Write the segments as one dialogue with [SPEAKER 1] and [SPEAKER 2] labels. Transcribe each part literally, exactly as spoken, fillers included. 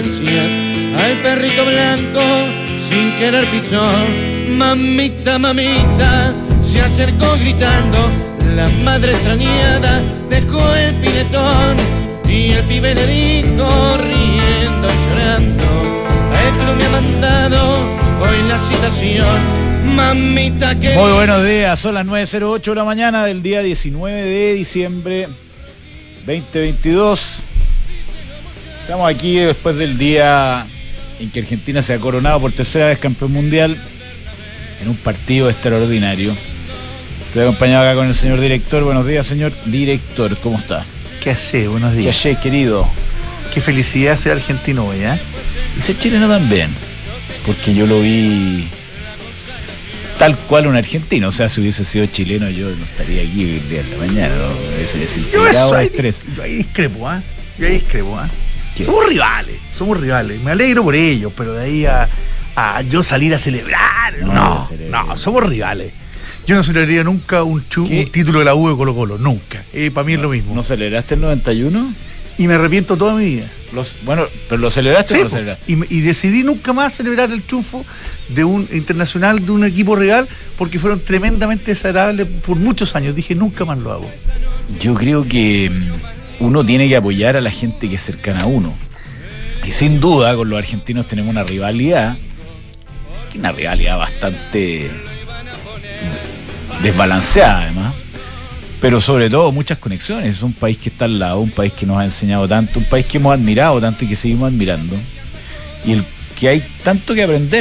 [SPEAKER 1] ansias. Al perrito blanco sin querer pisó. Mamita, mamita, se acercó gritando. La madre extrañada dejó el piletón y el pibe le dijo riendo y llorando: a esto me ha mandado hoy la citación. Mamita que...
[SPEAKER 2] Muy buenos días, son las nueve cero ocho de la mañana del día diecinueve de diciembre veinte veintidós. Estamos aquí después del día en que Argentina se ha coronado por tercera vez campeón mundial en un partido extraordinario. Estoy acompañado acá con el señor director. Buenos días, señor director, ¿cómo está?
[SPEAKER 3] ¿Qué hace? Buenos días.
[SPEAKER 2] ¿Qué hace, querido?
[SPEAKER 3] Qué felicidad ser argentino hoy, ¿eh?
[SPEAKER 2] Y ser chileno también, porque yo lo vi tal cual un argentino. O sea, si hubiese sido chileno yo no estaría aquí el día de la mañana, ¿no? Ese desintegrado de estrés.
[SPEAKER 3] Yo ahí discrepo, ¿eh? Yo ahí discrepo, ¿eh? Somos rivales, somos rivales. Me alegro por ellos, pero de ahí a, a yo salir a celebrar, no, no, no, somos rivales. Yo no celebraría nunca un, chu, un título de la U de Colo Colo, nunca. Eh, para mí no, es lo mismo.
[SPEAKER 2] ¿No celebraste el noventa y uno?
[SPEAKER 3] Y me arrepiento toda mi vida.
[SPEAKER 2] Los, bueno, ¿pero lo celebraste
[SPEAKER 3] sí,
[SPEAKER 2] o no lo celebraste?
[SPEAKER 3] Y, y decidí nunca más celebrar el triunfo de un internacional, de un equipo rival, porque fueron tremendamente desagradables por muchos años. Dije, nunca más lo hago.
[SPEAKER 2] Yo creo que uno tiene que apoyar a la gente que es cercana a uno. Y sin duda, con los argentinos tenemos una rivalidad, que una rivalidad bastante desbalanceada además, pero sobre todo muchas conexiones. Es un país que está al lado, un país que nos ha enseñado tanto, un país que hemos admirado tanto y que seguimos admirando, y el que hay tanto que aprender,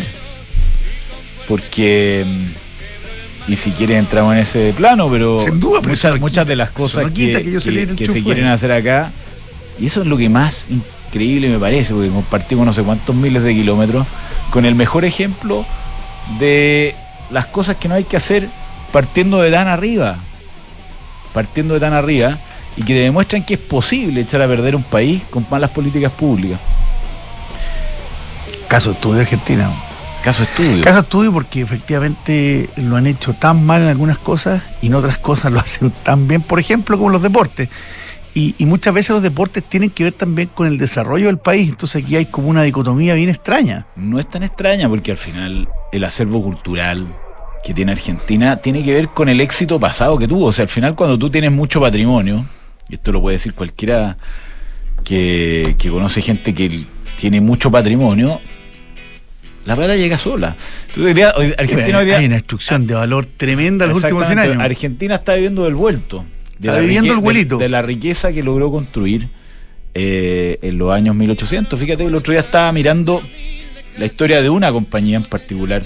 [SPEAKER 2] porque, y si quieren entramos en ese plano, pero
[SPEAKER 3] sin duda, pero
[SPEAKER 2] muchas,
[SPEAKER 3] no
[SPEAKER 2] muchas
[SPEAKER 3] quita,
[SPEAKER 2] de las cosas que,
[SPEAKER 3] que, que,
[SPEAKER 2] que se quieren hacer acá, y eso es lo que más increíble me parece, porque compartimos no sé cuántos miles de kilómetros con el mejor ejemplo de las cosas que no hay que hacer partiendo de tan arriba, partiendo de tan arriba, y que demuestran que es posible echar a perder un país con malas políticas públicas.
[SPEAKER 3] Caso estudio de Argentina.
[SPEAKER 2] Caso estudio.
[SPEAKER 3] Caso estudio porque efectivamente lo han hecho tan mal en algunas cosas y en otras cosas lo hacen tan bien, por ejemplo, como los deportes. Y, y muchas veces los deportes tienen que ver también con el desarrollo del país, entonces aquí hay como una dicotomía bien extraña.
[SPEAKER 2] No es tan extraña porque al final el acervo cultural que tiene Argentina tiene que ver con el éxito pasado que tuvo. O sea, al final cuando tú tienes mucho patrimonio, y esto lo puede decir cualquiera que, que conoce gente que tiene mucho patrimonio, la plata llega sola. Entonces, hoy día, hoy, Argentina hoy día,
[SPEAKER 3] hay una instrucción de valor tremenda en los últimos cien años.
[SPEAKER 2] Argentina está viviendo del vuelto. De
[SPEAKER 3] está
[SPEAKER 2] la
[SPEAKER 3] viviendo
[SPEAKER 2] rique,
[SPEAKER 3] el vuelito.
[SPEAKER 2] De, de la riqueza que logró construir eh, en los años mil ochocientos. Fíjate que el otro día estaba mirando la historia de una compañía en particular,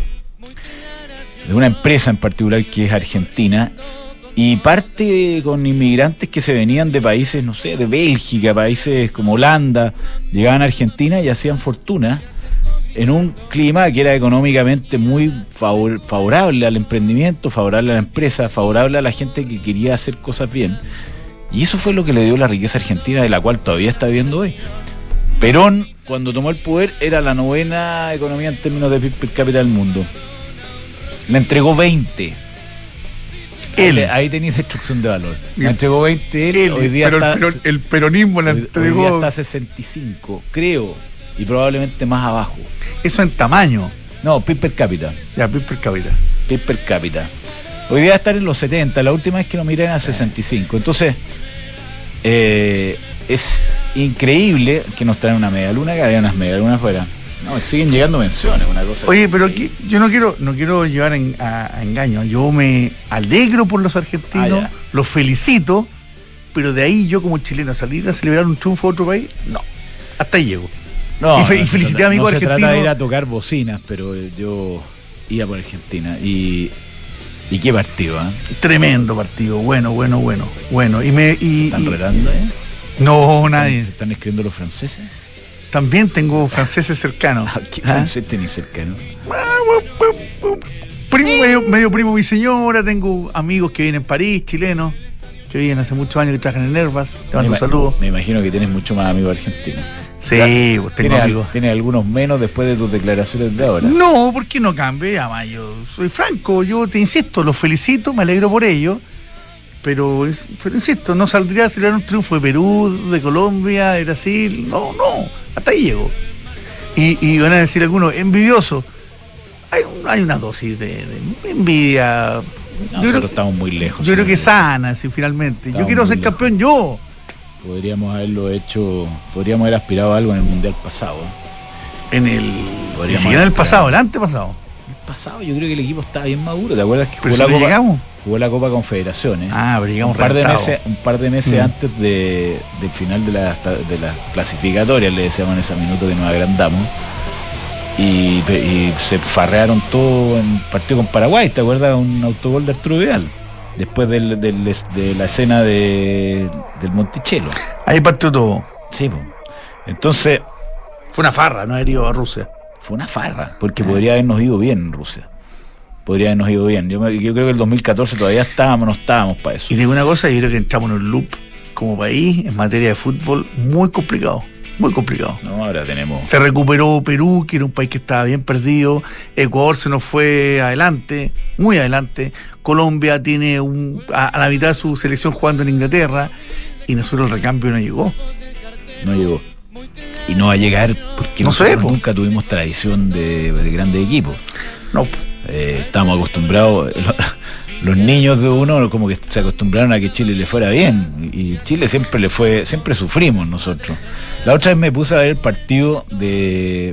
[SPEAKER 2] de una empresa en particular que es argentina, y parte con inmigrantes que se venían de países, no sé, de Bélgica, países como Holanda, llegaban a Argentina y hacían fortuna en un clima que era económicamente muy favor, favorable al emprendimiento, favorable a la empresa, favorable a la gente que quería hacer cosas bien. Y eso fue lo que le dio la riqueza argentina, de la cual todavía está viviendo hoy. Perón, cuando tomó el poder, era la novena economía en términos de P I B per cápita del mundo. Le entregó veinte. Él. Ahí, ahí tenía destrucción de valor. Le entregó veinte él. él hoy día
[SPEAKER 3] pero
[SPEAKER 2] está,
[SPEAKER 3] el, peron, el peronismo le entregó.
[SPEAKER 2] Hoy día está a sesenta y cinco, creo. Y probablemente más abajo.
[SPEAKER 3] Eso en tamaño.
[SPEAKER 2] No, P I B per cápita.
[SPEAKER 3] Ya, P I B per cápita.
[SPEAKER 2] P I B per cápita. Hoy día está en los setenta. La última vez que lo miré era sesenta y cinco. Entonces, eh, es increíble que nos traen una media luna, que había unas media lunas afuera. No, siguen llegando menciones, una cosa.
[SPEAKER 3] Oye, pero aquí, yo no quiero no quiero llevar en, a, a engaño. Yo me alegro por los argentinos, ah, los felicito, pero de ahí yo como chileno salir a celebrar un triunfo a otro país, no. Hasta ahí llego.
[SPEAKER 2] No,
[SPEAKER 3] y, fe,
[SPEAKER 2] no
[SPEAKER 3] y felicité a amigos
[SPEAKER 2] no
[SPEAKER 3] argentinos.
[SPEAKER 2] Se trata de ir a tocar bocinas, pero yo iba por Argentina y y qué partido, ¿eh?
[SPEAKER 3] Tremendo partido, bueno, bueno, bueno, bueno. Y me y,
[SPEAKER 2] ¿Están
[SPEAKER 3] y,
[SPEAKER 2] retando, eh?
[SPEAKER 3] No, nadie.
[SPEAKER 2] ¿Se están escribiendo los franceses?
[SPEAKER 3] También tengo franceses cercanos.
[SPEAKER 2] ¿Qué francés ¿Ah? tenés cercano?
[SPEAKER 3] Primo, medio, medio primo mi señora, tengo amigos que viven en París, chilenos, que viven hace muchos años, que trabajan en Airbus. Le mando un saludo.
[SPEAKER 2] Me imagino que tienes mucho más amigos argentinos.
[SPEAKER 3] Sí, pues tengo
[SPEAKER 2] ¿Tienes,
[SPEAKER 3] amigos.
[SPEAKER 2] ¿Tienes algunos menos después de tus declaraciones de ahora?
[SPEAKER 3] No, ¿por qué no cambie? Además, yo soy franco, yo te insisto, los felicito, me alegro por ello, pero, es, pero insisto, no saldría a celebrar un triunfo de Perú, de Colombia, de Brasil. No, no, hasta ahí llegó. Y, y van a decir algunos, envidioso. Hay, hay una dosis de, de envidia.
[SPEAKER 2] No, nosotros creo, estamos muy lejos.
[SPEAKER 3] Yo creo que sana, sí, finalmente. Yo quiero ser lejos. campeón yo.
[SPEAKER 2] Podríamos haberlo hecho, podríamos haber aspirado a algo en el Mundial pasado.
[SPEAKER 3] En el... Ni siquiera en el pasado, el antepasado.
[SPEAKER 2] El pasado yo creo que el equipo estaba bien maduro. ¿Te acuerdas que
[SPEAKER 3] jugó,
[SPEAKER 2] si
[SPEAKER 3] la, Copa, llegamos?
[SPEAKER 2] jugó la Copa Confederaciones?
[SPEAKER 3] Ah, pero llegamos
[SPEAKER 2] un par de meses, un par de meses mm. antes de, del final de las de las clasificatorias, le decíamos en ese minuto que nos agrandamos. Y, y se farrearon todo en partido con Paraguay. ¿Te acuerdas? Un autogol de Arturo Vidal. Después del, del, de la escena de, del Monticello.
[SPEAKER 3] Ahí partió todo.
[SPEAKER 2] Sí, pues. Entonces...
[SPEAKER 3] Fue una farra, no haber ido a Rusia.
[SPEAKER 2] Fue una farra, porque ah. podría habernos ido bien en Rusia. Podría habernos ido bien. Yo, yo creo que el dos mil catorce todavía estábamos, no estábamos para eso.
[SPEAKER 3] Y digo una cosa, yo creo que entramos en un loop como país, en materia de fútbol, muy complicado. Muy complicado.
[SPEAKER 2] No, ahora tenemos...
[SPEAKER 3] Se recuperó Perú, que era un país que estaba bien perdido. Ecuador se nos fue adelante, muy adelante. Colombia tiene un, a, a la mitad de su selección jugando en Inglaterra. Y nosotros el recambio no llegó.
[SPEAKER 2] No llegó. Y no va a llegar porque
[SPEAKER 3] no
[SPEAKER 2] nosotros
[SPEAKER 3] sé,
[SPEAKER 2] nunca tuvimos tradición de, de grandes equipos.
[SPEAKER 3] No.
[SPEAKER 2] Eh, estábamos acostumbrados... Los niños de uno como que se acostumbraron a que Chile le fuera bien, y Chile siempre le fue, siempre sufrimos nosotros. La otra vez me puse a ver el partido de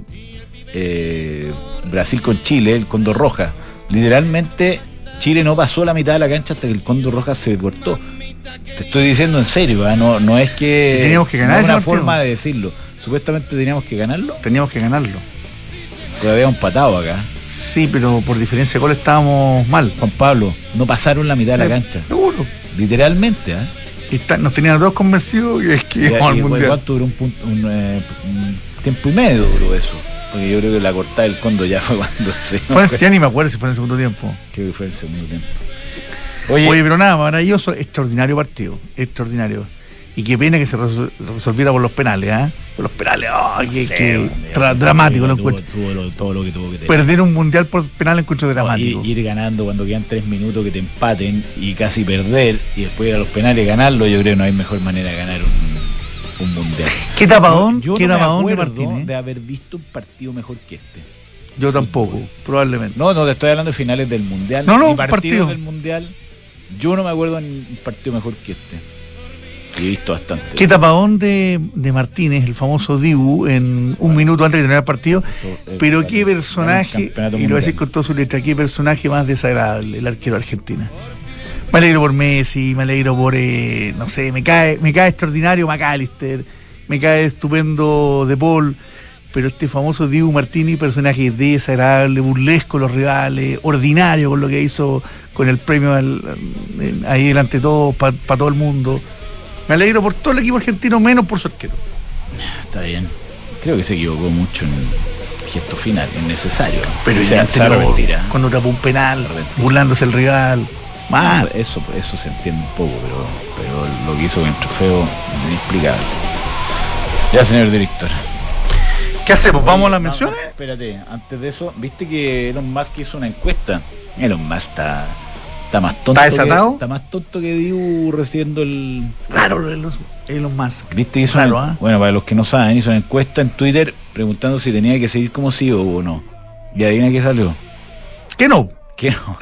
[SPEAKER 2] eh, Brasil con Chile, el Cóndor Roja. Literalmente Chile no pasó la mitad de la cancha hasta que el Cóndor Roja se cortó. Te estoy diciendo en serio, ¿eh? no, no es que
[SPEAKER 3] teníamos que ganar,
[SPEAKER 2] no es una
[SPEAKER 3] partido.
[SPEAKER 2] forma de decirlo. Supuestamente teníamos que ganarlo.
[SPEAKER 3] Teníamos que ganarlo.
[SPEAKER 2] Pero habíamos empatado acá.
[SPEAKER 3] Sí, pero por diferencia de gol estábamos mal.
[SPEAKER 2] Juan Pablo, no pasaron la mitad de la cancha.
[SPEAKER 3] Seguro.
[SPEAKER 2] Literalmente, ¿eh?
[SPEAKER 3] Y está, nos tenían todos convencidos y es que íbamos al mundial.
[SPEAKER 2] ¿Cuánto duró un, punto, un, eh, un tiempo y medio duró eso? Porque yo creo que la cortada del Condo ya fue cuando se...
[SPEAKER 3] Fue, ya ni me acuerdo si fue en el segundo tiempo.
[SPEAKER 2] Creo que fue en el segundo tiempo.
[SPEAKER 3] Oye, Oye pero nada, maravilloso, extraordinario partido, extraordinario. Y qué pena que se resolviera por los penales, ¿ah? ¿eh? Por los penales, oh, no que, sé, que tra dramático lo encuentro.
[SPEAKER 2] Tuvo, tuvo, todo lo que tuvo que tener.
[SPEAKER 3] Perder un mundial por penales encuentro dramático.
[SPEAKER 2] Ir, ir ganando cuando quedan tres minutos que te empaten y casi perder y después ir a los penales ganarlo, yo creo que no hay mejor manera de ganar un, un mundial.
[SPEAKER 3] ¿Qué tapadón?
[SPEAKER 2] Yo, yo
[SPEAKER 3] ¿Qué
[SPEAKER 2] no
[SPEAKER 3] tapadón
[SPEAKER 2] me
[SPEAKER 3] de Martínez?
[SPEAKER 2] De haber visto un partido mejor que este.
[SPEAKER 3] Yo tampoco, probablemente.
[SPEAKER 2] No, no, te estoy hablando de finales del mundial.
[SPEAKER 3] No, no,
[SPEAKER 2] y partidos
[SPEAKER 3] partido.
[SPEAKER 2] del mundial. Yo no me acuerdo en un partido mejor que este. He visto bastante.
[SPEAKER 3] ¿Qué tapadón de, de Martínez, el famoso Dibu, en un minuto antes de terminar el partido? Eso, pero el, qué personaje, y lo voy a decir con toda su letra, qué personaje más desagradable, el arquero de Argentina. Me alegro por Messi, me alegro por, eh, no sé, me cae, me cae extraordinario McAllister, me cae estupendo De Paul, pero este famoso Dibu Martínez, personaje desagradable, burlesco los rivales, ordinario con lo que hizo con el premio al, ahí delante de todos, para pa todo el mundo. Me alegro por todo el equipo argentino, menos por su arquero.
[SPEAKER 2] Está bien. Creo que se equivocó mucho en el gesto final, innecesario.
[SPEAKER 3] Pero ya cuando tapó un penal, burlándose el rival. Mal.
[SPEAKER 2] Eso, eso, eso se entiende un poco, pero, pero lo que hizo con el trofeo, inexplicable. Ya, señor director.
[SPEAKER 3] ¿Qué hacemos? ¿Vamos a las menciones?
[SPEAKER 2] Espérate, antes de eso, viste que Elon Musk hizo una encuesta. Elon Musk está... Está más tonto.
[SPEAKER 3] ¿Está desatado?
[SPEAKER 2] Que, está más tonto que Dibu recibiendo el.
[SPEAKER 3] Claro, Elon Musk.
[SPEAKER 2] ¿Viste? Hizo
[SPEAKER 3] claro,
[SPEAKER 2] una,
[SPEAKER 3] ¿eh?
[SPEAKER 2] Bueno, para los que no saben, hizo una encuesta en Twitter preguntando si tenía que seguir como C E O o no. Y adivina qué salió.
[SPEAKER 3] ¿Qué no?
[SPEAKER 2] ¿Qué no?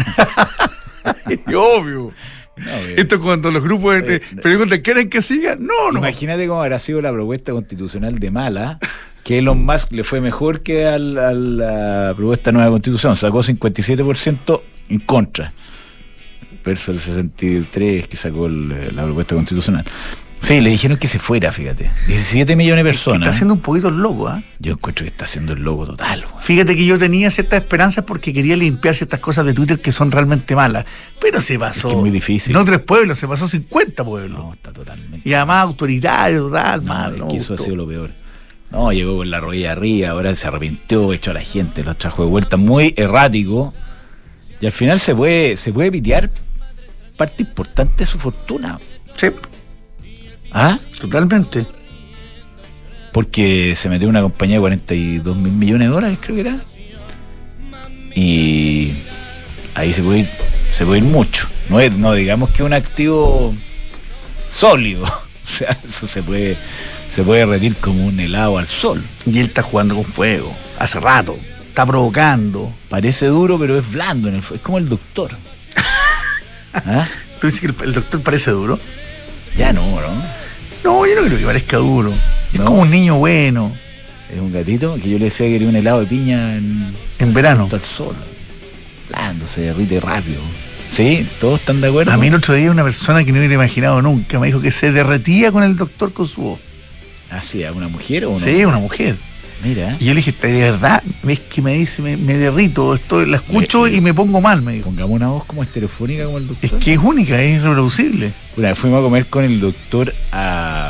[SPEAKER 3] Obvio. No, esto cuando los grupos eh, te preguntan, ¿quieren que siga? No, no.
[SPEAKER 2] Imagínate cómo habrá sido la propuesta constitucional de Mala, que Elon Musk le fue mejor que al, a la propuesta nueva constitución. Sacó cincuenta y siete por ciento en contra. Verso el sesenta y tres que sacó el, la propuesta constitucional. Sí, le dijeron que se fuera, fíjate. diecisiete millones de personas.
[SPEAKER 3] Es que está siendo un poquito loco, ¿ah? ¿eh?
[SPEAKER 2] Yo encuentro que está siendo el loco total. Güey.
[SPEAKER 3] Fíjate que yo tenía ciertas esperanzas porque quería limpiar ciertas cosas de Twitter que son realmente malas. Pero se pasó.
[SPEAKER 2] Es que muy difícil.
[SPEAKER 3] No tres pueblos, se pasó cincuenta pueblos.
[SPEAKER 2] No, está totalmente.
[SPEAKER 3] Y además autoritario, total,
[SPEAKER 2] no,
[SPEAKER 3] mal.
[SPEAKER 2] Es
[SPEAKER 3] no
[SPEAKER 2] que eso ha sido lo peor. No, llegó con la rodilla arriba, ahora se arrepintió, echó a la gente, los trajo de vuelta, muy errático. Y al final se puede, se puede pitear parte importante de su fortuna.
[SPEAKER 3] Sí.
[SPEAKER 2] ¿Ah?
[SPEAKER 3] Totalmente.
[SPEAKER 2] Porque se metió en una compañía de cuarenta y dos mil millones de dólares, creo que era. Y ahí se puede ir Se puede ir mucho. No, es, no digamos que es un activo sólido. O sea, eso se puede, se puede derretir como un helado al sol.
[SPEAKER 3] Y él está jugando con fuego, hace rato. Está provocando.
[SPEAKER 2] Parece duro, pero es blando en el fuego. Es como el doctor. ¿Ah?
[SPEAKER 3] ¿Tú dices que el, el doctor parece duro?
[SPEAKER 2] Ya no, ¿no?
[SPEAKER 3] No, yo no creo que parezca duro. Es
[SPEAKER 2] ¿No?
[SPEAKER 3] como un niño bueno.
[SPEAKER 2] Es un gatito que yo le decía que quería un helado de piña en,
[SPEAKER 3] en verano.
[SPEAKER 2] Al sol. Blando, se derrite rápido. ¿Sí? ¿Todos están de acuerdo?
[SPEAKER 3] A mí el otro día una persona que no hubiera imaginado nunca me dijo que se derretía con el doctor con su voz.
[SPEAKER 2] Ah, sí, ¿una mujer o una?
[SPEAKER 3] Sí, una mujer.
[SPEAKER 2] Mira.
[SPEAKER 3] Y yo le dije, ¿de verdad? ¿Ves que me dice, me, me derrito? Estoy, la escucho
[SPEAKER 2] le,
[SPEAKER 3] y me pongo mal, me dijo.
[SPEAKER 2] Pongamos una voz como estereofónica como el doctor.
[SPEAKER 3] Es que es única, es irreproducible.
[SPEAKER 2] Una vez fuimos a comer con el doctor a...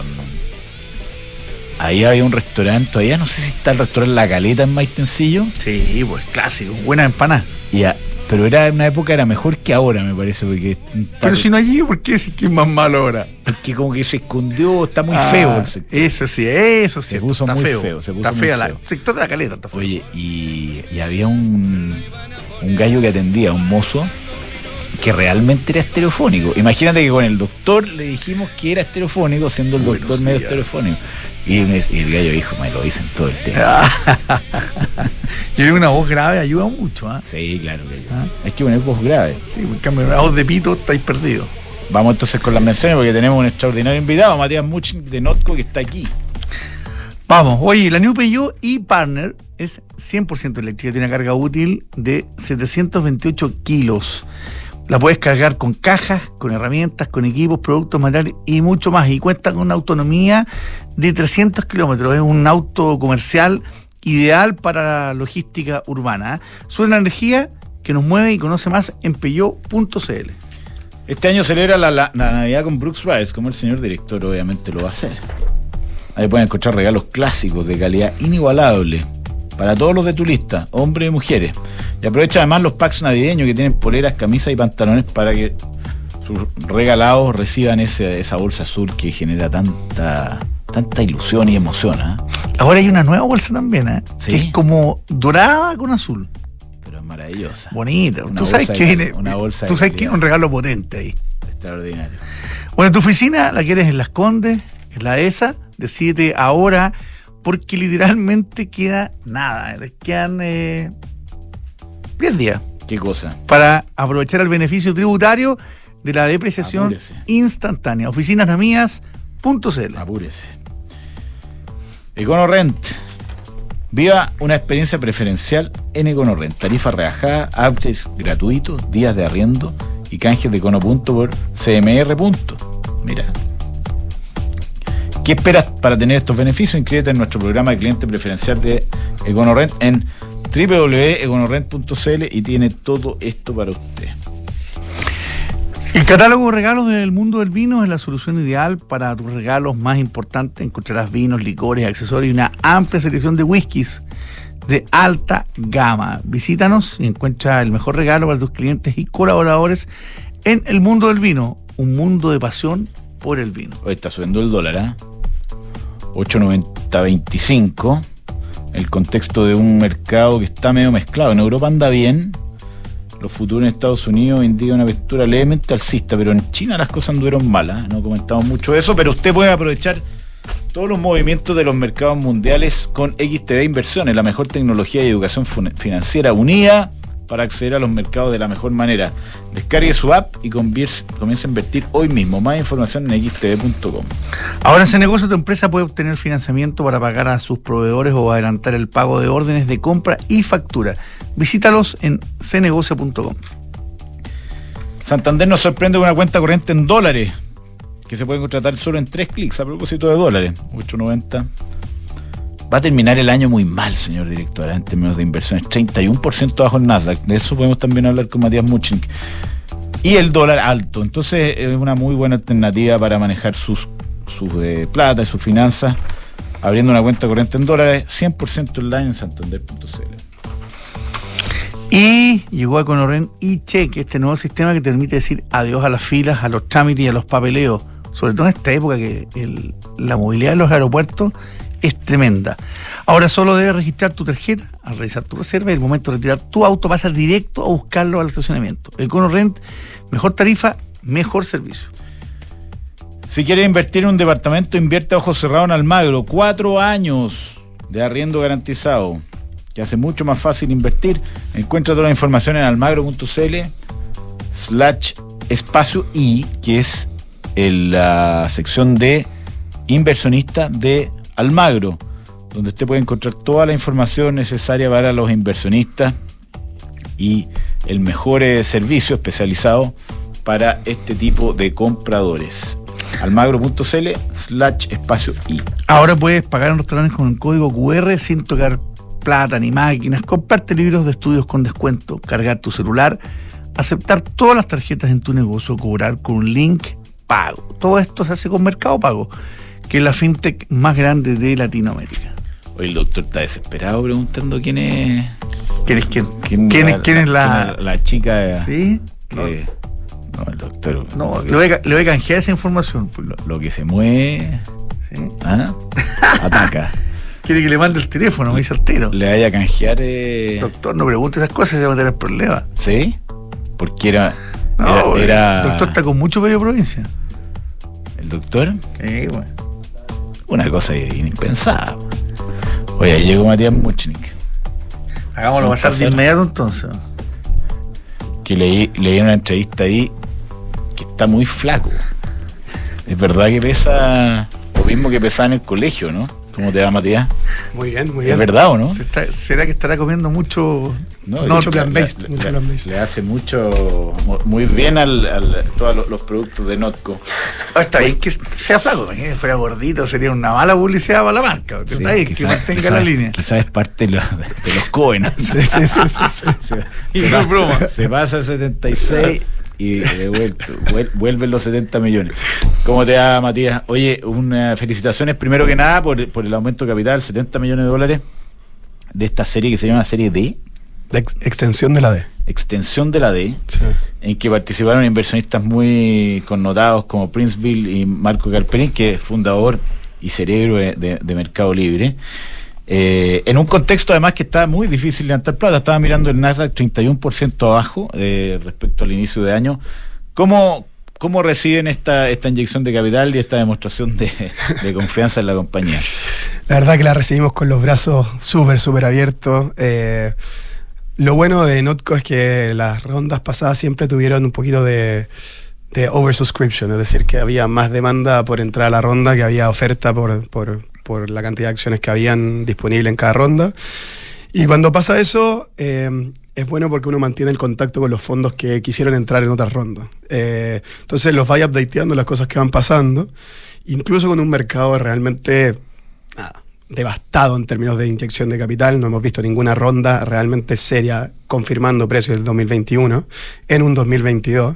[SPEAKER 2] Ahí había un restaurante, todavía no sé si está el restaurante La Caleta en Maitencillo.
[SPEAKER 3] Sí, pues clásico, buena empanada.
[SPEAKER 2] Ya, pero era en una época era mejor que ahora, me parece, porque...
[SPEAKER 3] Pero si no allí, ¿por qué decís que es más malo ahora?
[SPEAKER 2] Porque como que se escondió, está muy
[SPEAKER 3] ah,
[SPEAKER 2] feo el sector.
[SPEAKER 3] Eso sí, eso sí.
[SPEAKER 2] Se puso
[SPEAKER 3] está
[SPEAKER 2] muy
[SPEAKER 3] feo.
[SPEAKER 2] feo se puso
[SPEAKER 3] está fea
[SPEAKER 2] muy
[SPEAKER 3] la
[SPEAKER 2] feo.
[SPEAKER 3] El sector de La Caleta está feo.
[SPEAKER 2] Oye, y, y había un, un gallo que atendía, un mozo, que realmente era estereofónico. Imagínate que con el doctor le dijimos que era estereofónico, siendo el doctor medio estereofónico. Y, me, y el gallo dijo, me lo dicen todo el tiempo.
[SPEAKER 3] Yo creo que una voz grave ayuda mucho, ¿ah?
[SPEAKER 2] ¿eh? Sí, claro que ayuda. ¿Ah? Hay que poner voz grave.
[SPEAKER 3] Sí, en cambio, una voz de pito estáis perdidos.
[SPEAKER 2] Vamos entonces con las menciones porque tenemos un extraordinario invitado, Matías Muching de Notco, que está aquí.
[SPEAKER 3] Vamos, oye, la New Peugeot e-Partner es cien por ciento eléctrica, tiene una carga útil de setecientos veintiocho kilos. La puedes cargar con cajas, con herramientas, con equipos, productos, materiales y mucho más. Y cuenta con una autonomía de trescientos kilómetros. Es un auto comercial ideal para la logística urbana. Su energía que nos mueve y conoce más en peugeot punto c l.
[SPEAKER 2] Este año celebra la, la, la Navidad con Brooks Brothers, como el señor director obviamente lo va a hacer. Ahí pueden encontrar regalos clásicos de calidad inigualable para todos los de tu lista, hombres y mujeres. Y aprovecha además los packs navideños que tienen poleras, camisas y pantalones para que sus regalados reciban ese, esa bolsa azul que genera tanta tanta ilusión y emoción. ¿eh?
[SPEAKER 3] Ahora hay una nueva bolsa también, ¿eh?
[SPEAKER 2] ¿Sí?
[SPEAKER 3] Que es como dorada con azul.
[SPEAKER 2] Pero es maravillosa.
[SPEAKER 3] Bonita.
[SPEAKER 2] Una
[SPEAKER 3] tú sabes que
[SPEAKER 2] de,
[SPEAKER 3] viene,
[SPEAKER 2] una bolsa
[SPEAKER 3] tú sabes que es un regalo potente ahí.
[SPEAKER 2] Extraordinario.
[SPEAKER 3] Bueno, tu oficina la quieres en Las Condes, en la ESA, decídete ahora, porque literalmente queda nada. Les quedan eh, diez días.
[SPEAKER 2] ¿Qué cosa?
[SPEAKER 3] Para aprovechar el beneficio tributario de la depreciación
[SPEAKER 2] Apúrese.
[SPEAKER 3] instantánea. oficinas namías punto c l.
[SPEAKER 2] Apúrese. EconoRent. Viva una experiencia preferencial en EconoRent. Tarifa rebajada, updates gratuitos, días de arriendo y canjes de Econo punto por C M R. Mira. ¿Qué esperas para tener estos beneficios? Inscríbete en nuestro programa de cliente preferencial de EconoRent en doble u doble u doble u punto econorent punto c l y tiene todo esto para usted.
[SPEAKER 3] El catálogo de regalos del mundo del vino es la solución ideal para tus regalos más importantes. Encontrarás vinos, licores, accesorios y una amplia selección de whiskies de alta gama. Visítanos y encuentra el mejor regalo para tus clientes y colaboradores en el mundo del vino, un mundo de pasión por el vino.
[SPEAKER 2] Hoy está subiendo el dólar, ¿eh? ocho noventa veinticinco. El contexto de un mercado que está medio mezclado. En Europa anda bien. Los futuros en Estados Unidos indican una apertura levemente alcista, pero en China las cosas anduvieron malas. No comentamos mucho de eso, pero usted puede aprovechar todos los movimientos de los mercados mundiales con X T B Inversiones, la mejor tecnología y educación financiera unida para acceder a los mercados de la mejor manera. Descargue su app y comience a invertir hoy mismo. Más información en x t b punto com.
[SPEAKER 3] Ahora en CneGocio tu empresa puede obtener financiamiento para pagar a sus proveedores o adelantar el pago de órdenes de compra y factura. Visítalos en c negocio punto com.
[SPEAKER 2] Santander nos sorprende con una cuenta corriente en dólares que se puede contratar solo en tres clics. A propósito de dólares, ocho noventa. Va a terminar el año muy mal, señor director, en términos de inversiones. treinta y uno por ciento bajo el Nasdaq. De eso podemos también hablar con Matías Muching. Y el dólar alto. Entonces es una muy buena alternativa para manejar sus, sus eh, plata y sus finanzas, abriendo una cuenta corriente en dólares cien por ciento online en santander punto c l.
[SPEAKER 3] Y llegó a EconoRent eCheck, este nuevo sistema que te permite decir adiós a las filas, a los trámites y a los papeleos. Sobre todo en esta época que el, la movilidad de los aeropuertos es tremenda. Ahora solo debes registrar tu tarjeta al realizar tu reserva y el momento de retirar tu auto vas directo a buscarlo al estacionamiento. EconoRent, mejor tarifa, mejor servicio.
[SPEAKER 2] Si quieres invertir en un departamento, invierte a ojos cerrados en Almagro. Cuatro años de arriendo garantizado, que hace mucho más fácil invertir. Encuentra toda la información en almagro.cl slash espacio I, que es en la sección de inversionista de Almagro, donde usted puede encontrar toda la información necesaria para los inversionistas y el mejor eh, servicio especializado para este tipo de compradores. almagro.cl slash espacio I.
[SPEAKER 3] Ahora puedes pagar en restaurantes con un código Q R sin tocar plata ni máquinas, comprarte libros de estudios con descuento, cargar tu celular, aceptar todas las tarjetas en tu negocio, cobrar con un link pago. Todo esto se hace con Mercado Pago, que es la fintech más grande de Latinoamérica.
[SPEAKER 2] Hoy el doctor está desesperado preguntando quién es...
[SPEAKER 3] ¿Quién es quién?
[SPEAKER 2] ¿Quién,
[SPEAKER 3] ¿Quién,
[SPEAKER 2] la,
[SPEAKER 3] es, quién es la...?
[SPEAKER 2] quién es la chica?
[SPEAKER 3] ¿Sí?
[SPEAKER 2] Que, no. no, el doctor...
[SPEAKER 3] No, le voy, a, le voy a canjear esa información.
[SPEAKER 2] Lo, lo que se mueve...
[SPEAKER 3] ¿Sí?
[SPEAKER 2] ¿Ah? Ataca.
[SPEAKER 3] Quiere que le mande el teléfono, me dice altero.
[SPEAKER 2] Le vaya a canjear... Eh...
[SPEAKER 3] Doctor, no pregunte esas cosas, se va a tener problemas.
[SPEAKER 2] ¿Sí? Porque era...
[SPEAKER 3] No,
[SPEAKER 2] era, era...
[SPEAKER 3] El doctor está con mucho pedido de provincia.
[SPEAKER 2] ¿El doctor?
[SPEAKER 3] Sí, bueno.
[SPEAKER 2] Una cosa impensada. Oye, ahí llegó Matías Muchnik.
[SPEAKER 3] Hagámoslo pasar de inmediato entonces.
[SPEAKER 2] Que leí, leí una entrevista ahí que está muy flaco. Es verdad que pesa lo mismo que pesaba en el colegio, ¿no? ¿Cómo te va, Matías?
[SPEAKER 4] Muy bien, muy bien.
[SPEAKER 2] ¿Es verdad o no?
[SPEAKER 3] ¿Se está, ¿Será que estará comiendo mucho?
[SPEAKER 2] No,
[SPEAKER 4] mucho plant-based.
[SPEAKER 2] Le,
[SPEAKER 4] mucho
[SPEAKER 2] le,
[SPEAKER 4] plant-based.
[SPEAKER 2] Le hace mucho, muy bien al, al todos los, los productos de Notco.
[SPEAKER 3] Ah, está bien que sea flaco, si fuera gordito sería una mala publicidad para la marca. Sí, está bien, quizás, que mantenga
[SPEAKER 2] quizás,
[SPEAKER 3] la línea.
[SPEAKER 2] Quizás es parte de los, de los Cohen.
[SPEAKER 4] Sí, sí, sí, sí, sí.
[SPEAKER 2] Se,
[SPEAKER 3] y no es broma.
[SPEAKER 2] Se pasa a setenta y seis y vuelve, vuelven los setenta millones. ¿Cómo te va, Matías? Oye, una felicitaciones primero que nada por, por el aumento de capital, setenta millones de dólares de esta serie que se llama Serie D.
[SPEAKER 4] De ex extensión de la D.
[SPEAKER 2] Extensión de la D,
[SPEAKER 4] sí.
[SPEAKER 2] En que participaron inversionistas muy connotados como Princeville y Marco Galperín, que es fundador y cerebro de, de, de Mercado Libre. Eh, en un contexto además que está muy difícil levantar plata. Estaba mirando el Nasdaq treinta y uno por ciento abajo eh, respecto al inicio de año. ¿Cómo, cómo reciben esta, esta inyección de capital y esta demostración de, de confianza en la compañía?
[SPEAKER 4] La verdad que la recibimos con los brazos súper, súper abiertos. Eh, lo bueno de Notco es que las rondas pasadas siempre tuvieron un poquito de, de oversubscription, es decir, que había más demanda por entrar a la ronda que había oferta por... por por la cantidad de acciones que habían disponible en cada ronda. Y cuando pasa eso, eh, es bueno porque uno mantiene el contacto con los fondos que quisieron entrar en otras rondas. Eh, entonces los vaya updateando las cosas que van pasando, incluso con un mercado realmente nada, devastado en términos de inyección de capital. No hemos visto ninguna ronda realmente seria confirmando precios del dos mil veintiuno en un dos mil veintidós.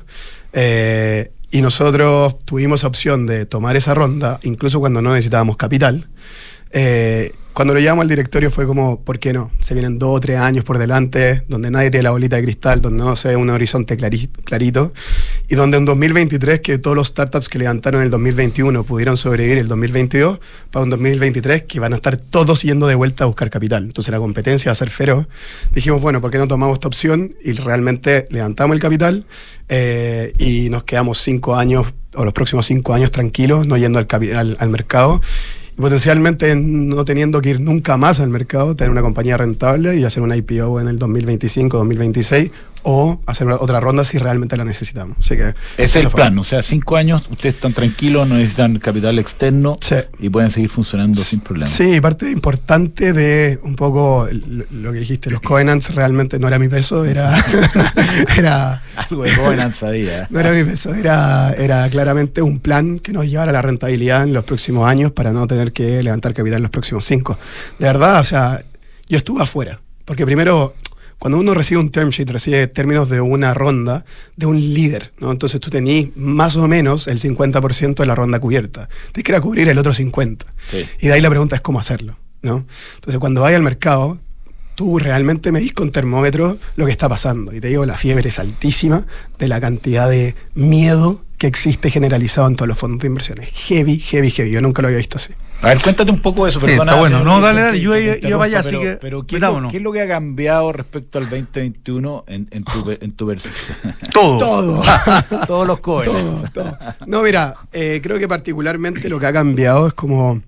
[SPEAKER 4] Eh, Y nosotros tuvimos opción de tomar esa ronda, incluso cuando no necesitábamos capital. Eh, cuando lo llevamos al directorio fue como, ¿por qué no? Se vienen dos o tres años por delante, donde nadie tiene la bolita de cristal, donde no se ve un horizonte clari clarito, y donde en dos mil veintitrés, que todos los startups que levantaron en el dos mil veintiuno pudieron sobrevivir el dos mil veintidós, para un dos mil veintitrés que van a estar todos yendo de vuelta a buscar capital. Entonces la competencia va a ser feroz. Dijimos, bueno, ¿por qué no tomamos esta opción? Y realmente levantamos el capital eh, y nos quedamos cinco años, o los próximos cinco años tranquilos, no yendo al, al, al mercado. Potencialmente no teniendo que ir nunca más al mercado, tener una compañía rentable y hacer una I P O en el dos mil veinticinco, dos mil veintiséis o hacer una, otra ronda si realmente la necesitamos. Así que
[SPEAKER 2] ese es el plan, o sea, cinco años, ustedes están tranquilos, no necesitan capital externo, sí, y pueden seguir funcionando sin problema.
[SPEAKER 4] Sí, parte importante de un poco lo que dijiste, los covenants realmente no era mi peso, era... era
[SPEAKER 2] algo de covenants había.
[SPEAKER 4] No era mi peso, era, era claramente un plan que nos llevara a la rentabilidad en los próximos años para no tener que levantar capital en los próximos cinco. De verdad, o sea, yo estuve afuera, porque primero... Cuando uno recibe un term sheet, recibe términos de una ronda de un líder, ¿no? Entonces tú tenés más o menos el cincuenta por ciento de la ronda cubierta. Tienes que ir a cubrir el otro cincuenta por ciento. Sí. Y de ahí la pregunta es cómo hacerlo, ¿no? Entonces cuando vayas al mercado, tú realmente medís con termómetro lo que está pasando. Y te digo, la fiebre es altísima de la cantidad de miedo que existe generalizado en todos los fondos de inversiones. Heavy, heavy, heavy. Yo nunca lo había visto así.
[SPEAKER 2] A ver, cuéntate un poco de eso,
[SPEAKER 3] sí,
[SPEAKER 2] perdona.
[SPEAKER 3] Está bueno, no, dale, dale,
[SPEAKER 2] que,
[SPEAKER 3] yo
[SPEAKER 2] que
[SPEAKER 3] iba para allá, así
[SPEAKER 2] pero,
[SPEAKER 3] que...
[SPEAKER 2] Pero ¿qué, lo, ¿qué es lo que ha cambiado respecto al veinte veintiuno en, en tu, en tu percepción?
[SPEAKER 3] Todo.
[SPEAKER 4] Todo.
[SPEAKER 2] Todos los jóvenes.
[SPEAKER 4] Todo, todo. No, mira, eh, creo que particularmente lo que ha cambiado es como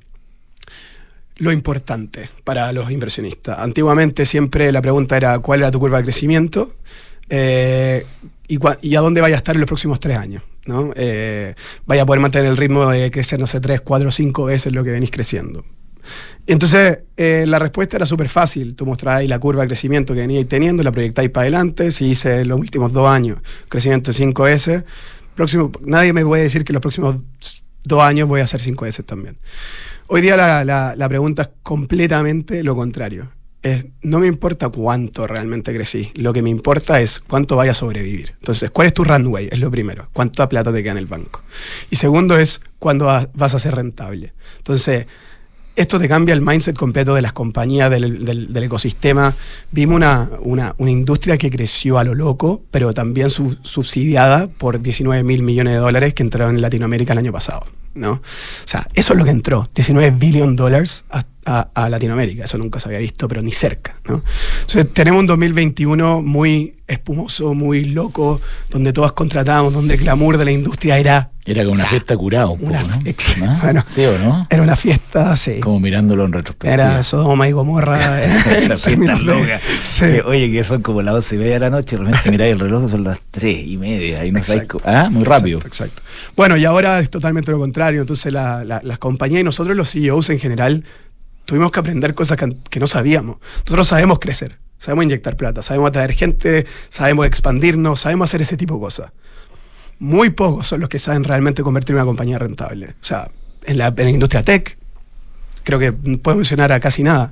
[SPEAKER 4] lo importante para los inversionistas. Antiguamente siempre la pregunta era ¿cuál era tu curva de crecimiento? Eh, y, y a dónde vaya a estar en los próximos tres años, ¿no? Eh, vaya a poder mantener el ritmo de crecer, no sé, tres, cuatro, cinco veces lo que venís creciendo. Entonces, eh, la respuesta era súper fácil. Tú mostrabas ahí la curva de crecimiento que veníais teniendo, la proyectáis para adelante. Si hice los últimos dos años crecimiento de cinco veces, próximo, nadie me puede decir que los próximos dos años voy a hacer cinco veces también. Hoy día la, la, la pregunta es completamente lo contrario. Es, no me importa cuánto realmente crecí, lo que me importa es cuánto vaya a sobrevivir. Entonces, ¿cuál es tu runway? Es lo primero. ¿Cuánta plata te queda en el banco? Y segundo es, ¿cuándo vas a ser rentable? Entonces, esto te cambia el mindset completo de las compañías, del, del, del ecosistema. Vimos una, una, una industria que creció a lo loco, pero también sub, subsidiada por diecinueve mil millones de dólares que entraron en Latinoamérica el año pasado, ¿no? O sea, eso es lo que entró, diecinueve billion dólares a, a, a Latinoamérica. Eso nunca se había visto, pero ni cerca, ¿no? Entonces, tenemos un dos mil veintiuno muy espumoso, muy loco, donde todas contratábamos, donde el glamour de la industria era...
[SPEAKER 2] Era como una o sea, fiesta curada un poco,
[SPEAKER 4] una,
[SPEAKER 2] ¿no?
[SPEAKER 4] Ex,
[SPEAKER 2] ¿no?
[SPEAKER 4] Bueno,
[SPEAKER 2] ¿sí o no?
[SPEAKER 4] Era una fiesta, sí.
[SPEAKER 2] Como mirándolo en retrospectiva.
[SPEAKER 4] Era Sodoma y Gomorra.
[SPEAKER 2] Esa fiesta loca.
[SPEAKER 4] Sí.
[SPEAKER 2] Que, oye, que son como las doce y media de la noche, realmente miráis el reloj, son las tres y media. Y no sabéis cómo, ah, muy rápido.
[SPEAKER 4] Exacto, exacto. Bueno, y ahora es totalmente lo contrario. Entonces, la, la, las compañías y nosotros, los C E Os en general, tuvimos que aprender cosas que, que no sabíamos. Nosotros sabemos crecer, sabemos inyectar plata, sabemos atraer gente, sabemos expandirnos, sabemos hacer ese tipo de cosas. Muy pocos son los que saben realmente convertir una compañía rentable. O sea, en la, en la industria tech, creo que puedo mencionar a casi nada.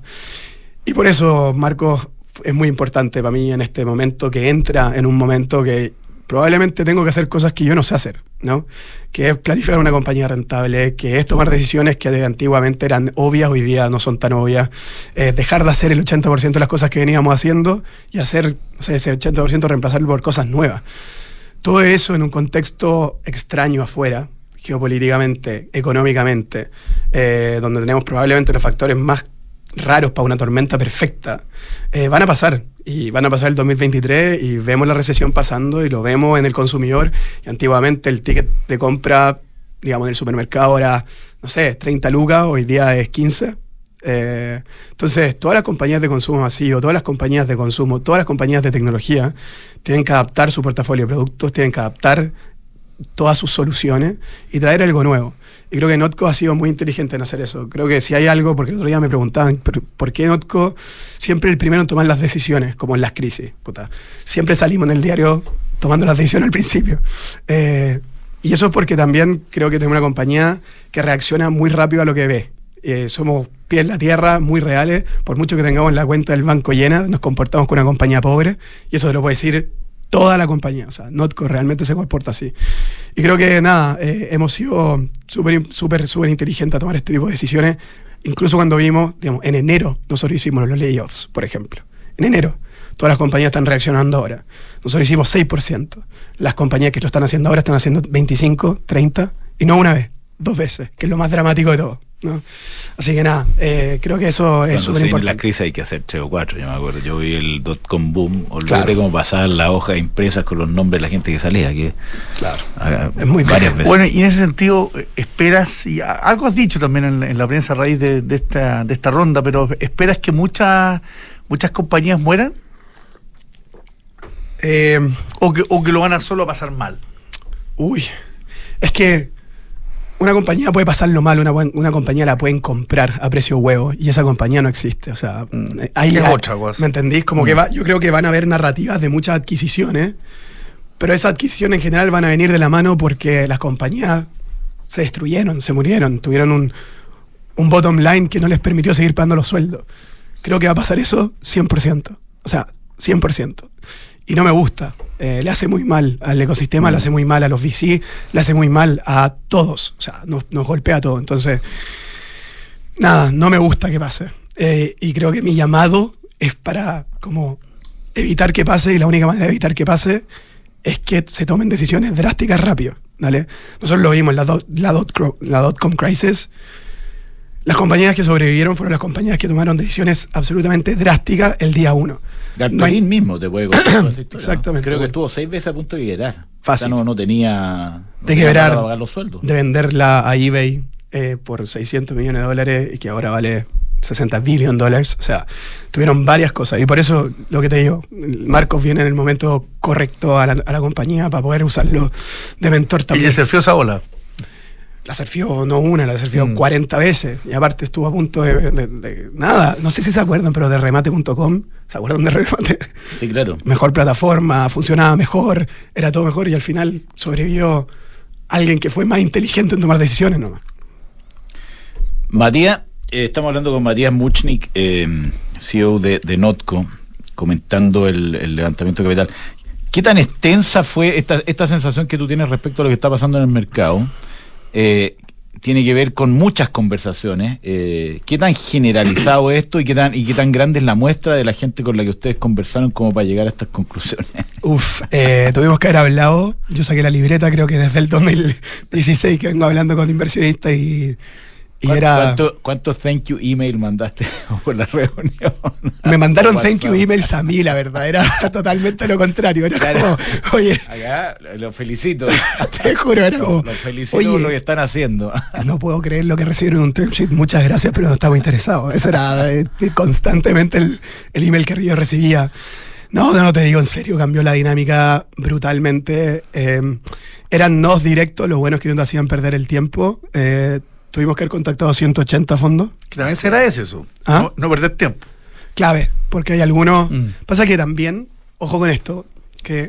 [SPEAKER 4] Y por eso, Marcos, es muy importante para mí en este momento, que entra en un momento que probablemente tengo que hacer cosas que yo no sé hacer, ¿no? Que es planificar una compañía rentable, que es tomar decisiones que antiguamente eran obvias, hoy día no son tan obvias, eh, dejar de hacer el ochenta por ciento de las cosas que veníamos haciendo y hacer, no sé, ese ochenta por ciento reemplazarlo por cosas nuevas. Todo eso en un contexto extraño afuera, geopolíticamente, económicamente, eh, donde tenemos probablemente los factores más raros para una tormenta perfecta, eh, van a pasar. Y van a pasar el dos mil veintitrés y vemos la recesión pasando y lo vemos en el consumidor. Y antiguamente el ticket de compra, digamos, en el supermercado era, no sé, treinta lucas, hoy día es quince. Eh, entonces, todas las compañías de consumo masivo, todas las compañías de consumo, todas las compañías de tecnología tienen que adaptar su portafolio de productos, tienen que adaptar todas sus soluciones y traer algo nuevo. Y creo que Notco ha sido muy inteligente en hacer eso. Creo que si hay algo, porque el otro día me preguntaban, ¿por qué Notco siempre el primero en tomar las decisiones, como en las crisis? Puta. Siempre salimos en el diario tomando las decisiones al principio. Eh, y eso es porque también creo que tenemos una compañía que reacciona muy rápido a lo que ve. Eh, somos pies en la tierra, muy reales. Por mucho que tengamos la cuenta del banco llena, nos comportamos como una compañía pobre. Y eso te lo puede decir toda la compañía. O sea, Notco realmente se comporta así. Y creo que, nada, eh, hemos sido súper, súper, súper inteligentes a tomar este tipo de decisiones. Incluso cuando vimos, digamos, en enero, nosotros hicimos los layoffs, por ejemplo. En enero. Todas las compañías están reaccionando ahora. Nosotros hicimos seis por ciento. Las compañías que lo están haciendo ahora están haciendo veinticinco, treinta, y no una vez, dos veces, que es lo más dramático de todo, ¿no? Así que nada, eh, creo que eso es súper importante.
[SPEAKER 2] En la crisis hay que hacer tres o cuatro, yo me acuerdo. Yo vi el dot-com boom, olvídate
[SPEAKER 4] claro.
[SPEAKER 2] cómo pasaban las hojas impresas con los nombres de la gente que salía. Que,
[SPEAKER 4] claro,
[SPEAKER 2] haga,
[SPEAKER 4] es muy
[SPEAKER 2] varias veces.
[SPEAKER 3] Bueno, y en ese sentido, esperas, y algo has dicho también en, en la prensa a raíz de, de, esta, de esta ronda, pero ¿esperas que muchas muchas compañías mueran?
[SPEAKER 4] Eh,
[SPEAKER 3] o, que, ¿O que lo van a solo a pasar mal?
[SPEAKER 4] Uy, es que una compañía puede pasarlo mal, una, una compañía la pueden comprar a precio huevo y esa compañía no existe. O sea,
[SPEAKER 3] mm,
[SPEAKER 4] hay,
[SPEAKER 3] es
[SPEAKER 4] hay,
[SPEAKER 3] otra cosa.
[SPEAKER 4] ¿Me entendís? Como mm. que va, yo creo que van a haber narrativas de muchas adquisiciones, pero esas adquisiciones en general van a venir de la mano porque las compañías se destruyeron, se murieron, tuvieron un, un bottom line que no les permitió seguir pagando los sueldos. Creo que va a pasar eso cien por ciento. O sea, cien por ciento. Y no me gusta. Eh, le hace muy mal al ecosistema, mm. le hace muy mal a los V C, le hace muy mal a todos. O sea, nos, nos golpea a todos. Entonces, nada, no me gusta que pase. Eh, y creo que mi llamado es para como evitar que pase, y la única manera de evitar que pase es que se tomen decisiones drásticas rápido, ¿vale? Nosotros lo vimos en la, dot, la, dot, la dot-com crisis. Las compañías que sobrevivieron fueron las compañías que tomaron decisiones absolutamente drásticas el día uno.
[SPEAKER 2] Gartolin no hay... mismo te puede contar toda esa historia.
[SPEAKER 4] Exactamente.
[SPEAKER 2] Creo que estuvo seis veces a punto de quebrar.
[SPEAKER 4] Fácil.
[SPEAKER 2] O sea, no, no tenía... No
[SPEAKER 4] de
[SPEAKER 2] tenía
[SPEAKER 4] quebrar,
[SPEAKER 2] para pagar los sueldos.
[SPEAKER 4] De venderla a eBay eh, por seiscientos millones de dólares y que ahora vale sesenta billion dólares. O sea, tuvieron varias cosas. Y por eso, lo que te digo, Marcos viene en el momento correcto a la, a la compañía para poder usarlo de mentor también.
[SPEAKER 3] ¿Y se surfió esa ola?
[SPEAKER 4] La surfió no una, la surfió mm. cuarenta veces. Y aparte estuvo a punto de, de, de, de nada. No sé si se acuerdan, pero de remate punto com. ¿Se acuerdan de Remate?
[SPEAKER 2] Sí, claro.
[SPEAKER 4] Mejor plataforma, funcionaba mejor, era todo mejor y al final sobrevivió alguien que fue más inteligente en tomar decisiones nomás.
[SPEAKER 2] Matías, eh, estamos hablando con Matías Muchnik, eh, C E O de, de Notco, comentando el, el levantamiento de capital. ¿Qué tan extensa fue esta, esta sensación que tú tienes respecto a lo que está pasando en el mercado? Eh, tiene que ver con muchas conversaciones. Eh, ¿Qué tan generalizado es esto y qué tan y qué tan grande es la muestra de la gente con la que ustedes conversaron como para llegar a estas conclusiones?
[SPEAKER 4] Uf, eh, tuvimos que haber hablado. Yo saqué la libreta creo que desde el dos mil dieciséis que vengo hablando con inversionistas y, y
[SPEAKER 2] ¿Cuánto,
[SPEAKER 4] era...
[SPEAKER 2] ¿Cuánto, cuánto thank you email mandaste por la reunión?
[SPEAKER 4] Me mandaron thank you emails a mí, la verdad. Era totalmente lo contrario. Era
[SPEAKER 2] claro.
[SPEAKER 4] como, oye...
[SPEAKER 2] Acá lo felicito.
[SPEAKER 4] Te juro, era como...
[SPEAKER 2] Lo felicito oye, por lo que están haciendo.
[SPEAKER 4] No puedo creer lo que recibieron un term sheet. Muchas gracias, pero no estaba interesado. Eso era eh, constantemente el, el email que yo recibía. No, no, no te digo en serio, cambió la dinámica brutalmente. Eh, eran nos directos, lo bueno es que no te hacían perder el tiempo. Eh, Tuvimos que haber contactado ciento ochenta fondos.
[SPEAKER 3] Que también se agradece eso. ¿Ah? No, no perder tiempo.
[SPEAKER 4] Clave, porque hay algunos... Mm. Pasa que también, ojo con esto, que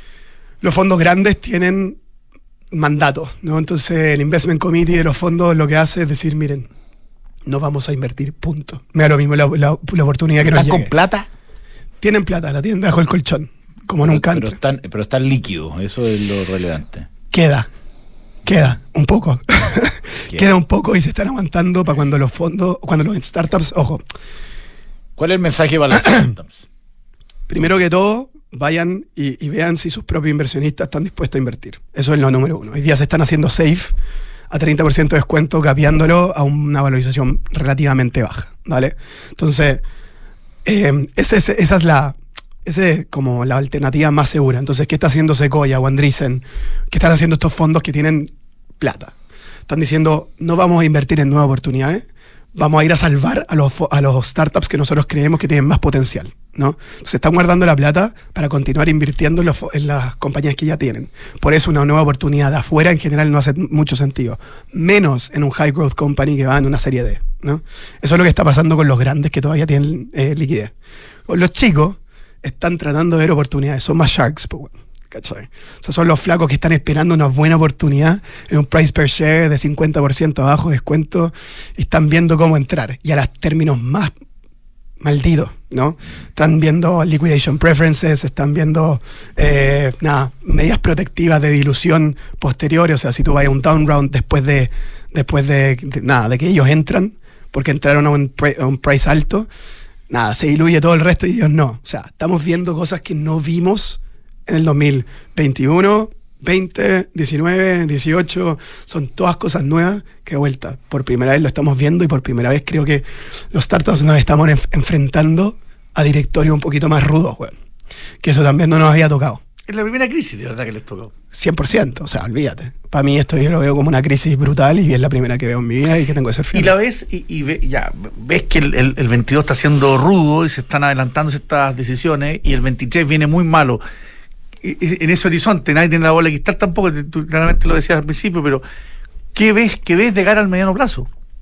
[SPEAKER 4] los fondos grandes tienen mandatos, ¿no? Entonces el Investment Committee de los fondos lo que hace es decir, miren, no vamos a invertir, punto. Me da lo mismo la, la, la oportunidad que nos llegue.
[SPEAKER 2] ¿Están con plata?
[SPEAKER 4] Tienen plata, la tienen bajo el colchón, como
[SPEAKER 2] pero,
[SPEAKER 4] nunca
[SPEAKER 2] pero
[SPEAKER 4] antes.
[SPEAKER 2] Están, pero están líquidos, eso es lo relevante.
[SPEAKER 4] Queda. Queda un poco. Queda un poco y se están aguantando para cuando los fondos, cuando los startups, ojo.
[SPEAKER 2] ¿Cuál es el mensaje para las startups?
[SPEAKER 4] Primero que todo, vayan y, y vean si sus propios inversionistas están dispuestos a invertir. Eso es lo número uno. Hoy día se están haciendo safe a treinta por ciento de descuento, capeándolo a una valorización relativamente baja, ¿vale? Entonces, eh, ese, ese, esa es la... Esa es como la alternativa más segura. Entonces, ¿qué está haciendo Sequoia o Andreessen? ¿Qué están haciendo estos fondos que tienen plata? Están diciendo, no vamos a invertir en nuevas oportunidades, vamos a ir a salvar a los, a los startups que nosotros creemos que tienen más potencial, ¿no? Entonces, están guardando la plata para continuar invirtiendo en, los, en las compañías que ya tienen. Por eso, una nueva oportunidad de afuera en general no hace mucho sentido. Menos en un high growth company que va en una serie D, ¿no? Eso es lo que está pasando con los grandes que todavía tienen eh, liquidez. Con los chicos, están tratando de ver oportunidades, son más sharks, ¿cachai? O sea, son los flacos que están esperando una buena oportunidad en un price per share de cincuenta por ciento abajo, descuento, y están viendo cómo entrar. Y a los términos más malditos, ¿no? Están viendo liquidation preferences, están viendo eh, nada, medidas protectivas de dilución posteriores. O sea, si tú vas a un down round después de, después de, de nada, de que ellos entran, porque entraron a un, a un price alto, nada, se diluye todo el resto y ellos no. O sea, estamos viendo cosas que no vimos en el dos mil veintiuno, veinte, diecinueve, dieciocho. Son todas cosas nuevas que de vuelta, por primera vez lo estamos viendo y por primera vez creo que los startups nos estamos enf- enfrentando a directorios un poquito más rudos, güey. Que eso también no nos había tocado.
[SPEAKER 3] Es la primera crisis, de verdad, que les tocó.
[SPEAKER 4] cien por ciento, o sea, olvídate. Para mí esto yo lo veo como una crisis brutal y es la primera que veo en mi vida y que tengo que ser fiel.
[SPEAKER 3] Y la ves y, y ve, ya, ves que el, el, el veintidós está siendo rudo y se están adelantando estas decisiones y el veintitrés viene muy malo. Y, y, en ese horizonte nadie tiene la bola de cristal tampoco, tú claramente lo decías al principio, pero ¿qué ves, qué ves de cara al mediano plazo?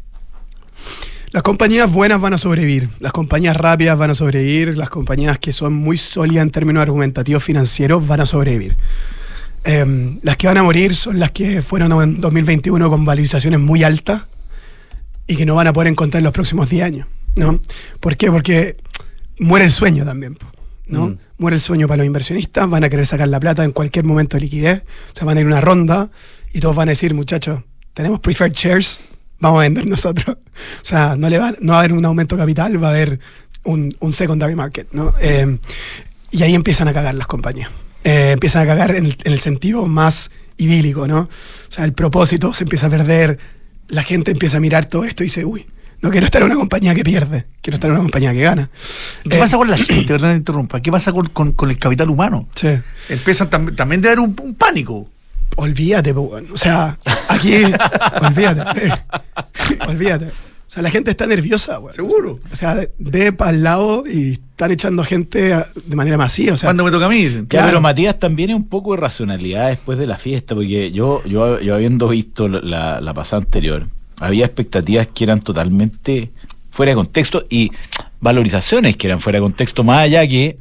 [SPEAKER 4] Las compañías buenas van a sobrevivir, las compañías rápidas van a sobrevivir, las compañías que son muy sólidas en términos argumentativos financieros van a sobrevivir. Eh, las que van a morir son las que fueron en dos mil veintiuno con valorizaciones muy altas y que no van a poder encontrar en los próximos diez años, ¿no? ¿Por qué? Porque muere el sueño también, ¿no? Mm. Muere el sueño para los inversionistas, van a querer sacar la plata en cualquier momento de liquidez, o sea, van a ir a una ronda y todos van a decir, muchachos, tenemos preferred shares, vamos a vender nosotros. O sea, no, le va, no va a haber un aumento de capital, va a haber un, un secondary market, ¿no? Eh, y ahí empiezan a cagar las compañías. Eh, empiezan a cagar en el, en el sentido más idílico, ¿no? O sea, el propósito se empieza a perder, la gente empieza a mirar todo esto y dice, uy, No quiero estar en una compañía que pierde, quiero estar en una compañía que gana.
[SPEAKER 3] ¿Qué
[SPEAKER 4] Eh,
[SPEAKER 3] pasa con la gente? Perdón que interrumpa. ¿Qué pasa con, con, con el capital humano?
[SPEAKER 4] Sí.
[SPEAKER 3] Empiezan tam también de haber un, un pánico.
[SPEAKER 4] Olvídate, po, weón. O sea, aquí, olvídate. eh, olvídate. O sea, la gente está nerviosa, weón.
[SPEAKER 3] Seguro.
[SPEAKER 4] O sea, ve para el lado y están echando gente a- de manera masiva. O sea,
[SPEAKER 3] Cuando me toca a mí, dicen.
[SPEAKER 2] Ya,
[SPEAKER 4] Claro.
[SPEAKER 2] pero Matías también es un poco de racionalidad después de la fiesta, porque yo, yo, yo habiendo visto la, la pasada anterior, había expectativas que eran totalmente fuera de contexto y valorizaciones que eran fuera de contexto, más allá que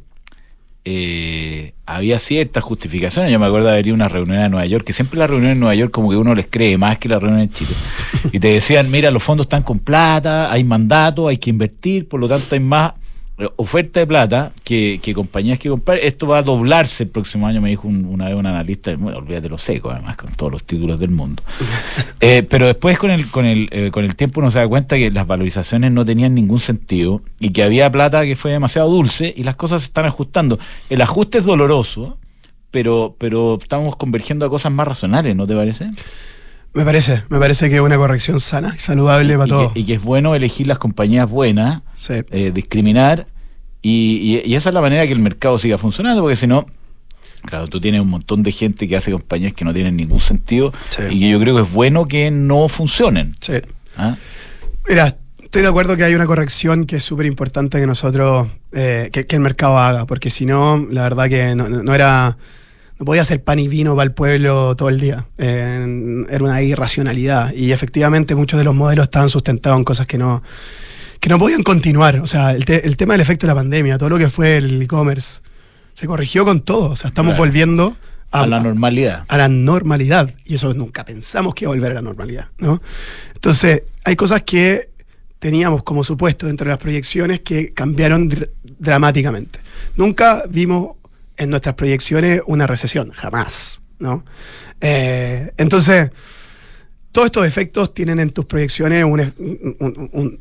[SPEAKER 2] eh, había ciertas justificaciones. Yo me acuerdo de haber ido a una reunión en Nueva York, que siempre las reuniones en Nueva York como que uno les cree más que las reuniones en Chile. Y te decían, mira, los fondos están con plata, hay mandato, hay que invertir, por lo tanto hay más eh, oferta de plata que, que compañías que comprar. Esto va a doblarse el próximo año, me dijo un- una vez un analista, bueno, olvídate lo seco, además, con todos los títulos del mundo. Eh, pero después con el, con, el, eh, con el tiempo uno se da cuenta que las valorizaciones no tenían ningún sentido y que había plata que fue demasiado dulce y las cosas se están ajustando. El ajuste es doloroso, pero, pero estamos convergiendo a cosas más racionales, ¿no te parece?
[SPEAKER 4] me parece, me parece que es una corrección sana y saludable para
[SPEAKER 2] Y
[SPEAKER 4] todos.
[SPEAKER 2] que, y que es bueno elegir las compañías buenas,
[SPEAKER 4] Sí.
[SPEAKER 2] eh, discriminar, y, y- y esa es la manera que el mercado siga funcionando, porque si no, claro, tú tienes un montón de gente que hace compañías que no tienen ningún sentido
[SPEAKER 4] Sí.
[SPEAKER 2] y que yo creo que es bueno que no funcionen.
[SPEAKER 4] Sí.
[SPEAKER 2] ¿Ah?
[SPEAKER 4] Mira, estoy de acuerdo que hay una corrección que es súper importante que nosotros, eh, que, que el mercado haga, porque si no, la verdad que no, no- no era, no podía ser pan y vino para el pueblo todo el día. Eh, era una irracionalidad y efectivamente muchos de los modelos estaban sustentados en cosas que no, que no podían continuar. O sea, el, te- el tema del efecto de la pandemia, todo lo que fue el e-commerce, se corrigió con todo. O sea, estamos
[SPEAKER 2] Claro.
[SPEAKER 4] volviendo a,
[SPEAKER 2] A la normalidad.
[SPEAKER 4] a la normalidad. Y eso nunca pensamos que iba a volver a la normalidad, ¿no? Entonces, hay cosas que teníamos como supuesto dentro de las proyecciones que cambiaron dr- dramáticamente. Nunca vimos en nuestras proyecciones una recesión, jamás, ¿no? Eh, entonces, todos estos efectos tienen en tus proyecciones un, ef- un- un- un-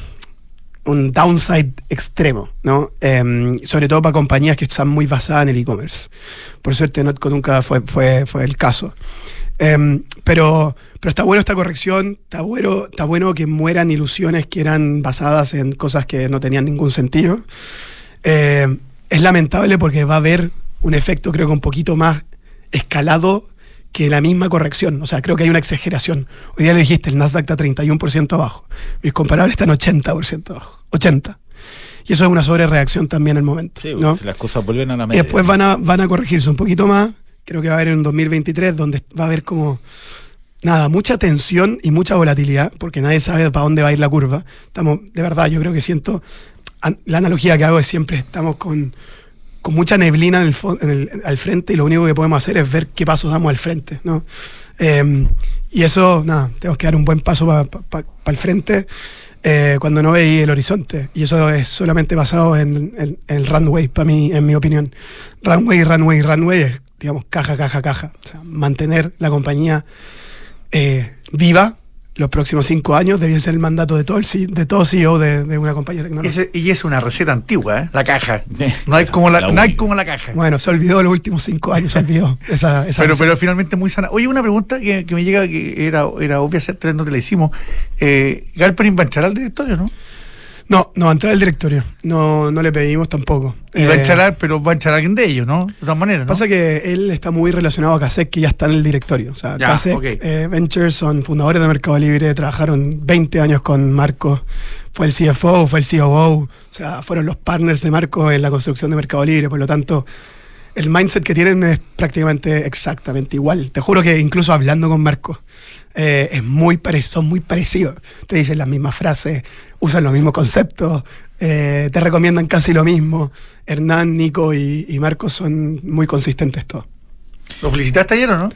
[SPEAKER 4] un downside extremo, ¿no? Em, sobre todo para compañías que están muy basadas en el e-commerce. Por suerte, Notco nunca fue, fue, fue el caso. Em, pero, pero está bueno esta corrección, está bueno, está bueno que mueran ilusiones que eran basadas en cosas que no tenían ningún sentido. Eh, es lamentable porque va a haber un efecto, creo que un poquito más escalado que la misma corrección. O sea, creo que hay una exageración. Hoy día le dijiste, el Nasdaq está treinta y uno por ciento abajo. Mis comparables están ochenta por ciento abajo. ochenta. Y eso es una sobrereacción también al momento.
[SPEAKER 2] Sí,
[SPEAKER 4] ¿no?
[SPEAKER 2] si las cosas vuelven a la
[SPEAKER 4] Y
[SPEAKER 2] media.
[SPEAKER 4] después van a, van a corregirse un poquito más. Creo que va a haber en dos mil veintitrés, donde va a haber como, nada, mucha tensión y mucha volatilidad, porque nadie sabe para dónde va a ir la curva. Estamos, de verdad, yo creo que siento, an- la analogía que hago es siempre estamos con, con mucha neblina en el, fo- en el- al frente y lo único que podemos hacer es ver qué pasos damos al frente, ¿no? Eh, y eso, nada, tenemos que dar un buen paso para pa, pa, pa el frente eh, cuando no veis el horizonte. Y eso es solamente basado en, en- en el runway, para mí, en mi opinión. Runway, runway, runway es, digamos, caja, caja, caja. O sea, mantener la compañía eh, viva los próximos cinco años debe ser el mandato de todo, el, C- de todo C E O de, de una compañía tecnológica.
[SPEAKER 3] Ese- y es una receta antigua, ¿eh? La caja. No hay como la,
[SPEAKER 2] La
[SPEAKER 3] no hay
[SPEAKER 2] única.
[SPEAKER 3] como la caja.
[SPEAKER 4] Bueno, se olvidó los últimos cinco años, se olvidó esa, esa
[SPEAKER 3] Pero,
[SPEAKER 4] receta.
[SPEAKER 3] pero finalmente muy sana. Oye, una pregunta que, que me llega, que era, era obvia hacer, tres no te la hicimos. Eh, Galperin va a entrar al directorio, ¿no?
[SPEAKER 4] No, no va a entrar al directorio. No, no le pedimos tampoco.
[SPEAKER 3] Y va a
[SPEAKER 4] Eh,
[SPEAKER 3] entrar, pero va a entrar alguien de ellos, ¿no? De todas maneras, ¿no?
[SPEAKER 4] Pasa que él está muy relacionado a Kasek, que ya está en el directorio. O sea,
[SPEAKER 3] Ya,
[SPEAKER 4] Kasek
[SPEAKER 3] ok.
[SPEAKER 4] eh, Ventures son fundadores de Mercado Libre, trabajaron veinte años con Marco, fue el C F O, fue el C O O, o sea, fueron los partners de Marco en la construcción de Mercado Libre, por lo tanto, el mindset que tienen es prácticamente exactamente igual. Te juro que incluso hablando con Marco, eh, es muy pare- son muy parecidos. Te dicen las mismas frases, usan los mismos conceptos, eh, te recomiendan casi lo mismo. Hernán, Nico y, y Marcos son muy consistentes todos.
[SPEAKER 3] ¿Lo felicitaste ayer o no?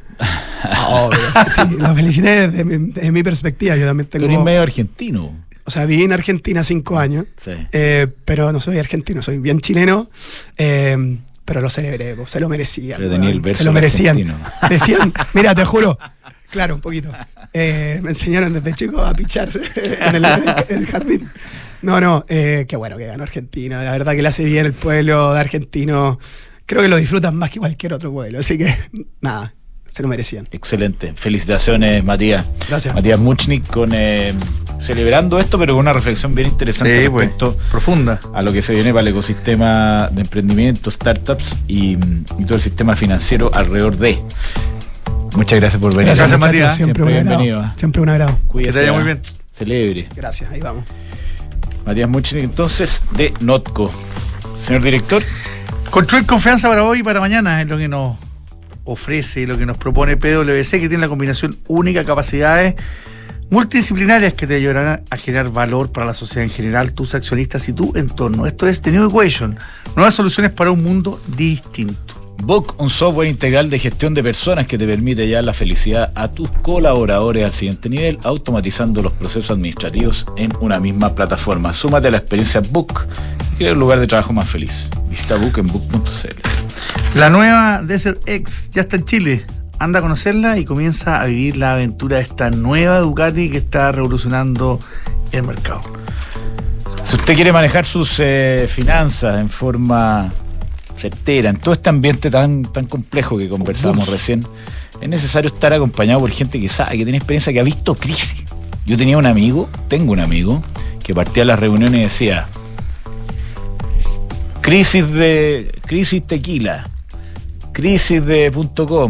[SPEAKER 4] Sí, los felicité desde mi, desde mi perspectiva. Yo también
[SPEAKER 2] Tú eres
[SPEAKER 4] tengo.
[SPEAKER 2] medio argentino.
[SPEAKER 4] O sea, viví en Argentina cinco años,
[SPEAKER 2] Sí.
[SPEAKER 4] eh, pero no soy argentino, soy bien chileno. eh, pero lo celebré, po, se lo merecían.
[SPEAKER 2] Pero tenía
[SPEAKER 4] weón,
[SPEAKER 2] el verso
[SPEAKER 4] se lo merecían.
[SPEAKER 2] argentino.
[SPEAKER 4] Decían, mira, te juro, claro, un poquito. Eh, me enseñaron desde chico a pichar en el, en el jardín. No, no, eh, qué bueno que ganó Argentina. La verdad que le hace bien el pueblo de argentino. Creo que lo disfrutan más que cualquier otro pueblo. Así que, nada, se lo merecían.
[SPEAKER 2] Excelente. Felicitaciones, Matías.
[SPEAKER 4] Gracias.
[SPEAKER 2] Matías Muchnik, con eh, celebrando esto, pero con una reflexión bien interesante
[SPEAKER 3] Sí,
[SPEAKER 2] respecto
[SPEAKER 3] pues, profunda
[SPEAKER 2] a lo que se viene para el ecosistema de emprendimiento, startups y, y todo el sistema financiero alrededor de. Muchas gracias por venir.
[SPEAKER 3] Gracias,
[SPEAKER 4] Gracias
[SPEAKER 3] Matías.
[SPEAKER 4] Siempre,
[SPEAKER 2] Siempre
[SPEAKER 4] un agrado.
[SPEAKER 2] bienvenido.
[SPEAKER 4] Siempre un agrado.
[SPEAKER 2] Cuídese,
[SPEAKER 3] que te vaya muy bien.
[SPEAKER 2] Celebre.
[SPEAKER 4] Gracias, ahí vamos.
[SPEAKER 2] Matías Muchnik, entonces, de Notco. Señor director.
[SPEAKER 3] Construir confianza para hoy y para mañana es lo que nos ofrece, lo que nos propone P W C, que tiene la combinación única de capacidades multidisciplinarias que te ayudarán a generar valor para la sociedad en general, tus accionistas y tu entorno. Esto es The New Equation, nuevas soluciones para un mundo distinto.
[SPEAKER 2] Book, un software integral de gestión de personas que te permite llevar la felicidad a tus colaboradores al siguiente nivel, automatizando los procesos administrativos en una misma plataforma. Súmate a la experiencia Book, que es el lugar de trabajo más feliz. Visita Book en book punto c l.
[SPEAKER 3] La nueva Desert X ya está en Chile. Anda a conocerla y comienza a vivir la aventura de esta nueva Ducati que está revolucionando el mercado.
[SPEAKER 2] Si usted quiere manejar sus eh, finanzas en forma certera, en todo este ambiente tan, tan complejo que conversábamos recién, es necesario estar acompañado por gente que sabe, que tiene experiencia, que ha visto crisis. Yo tenía un amigo, tengo un amigo, que partía a las reuniones y decía: crisis de crisis tequila, crisis de punto com,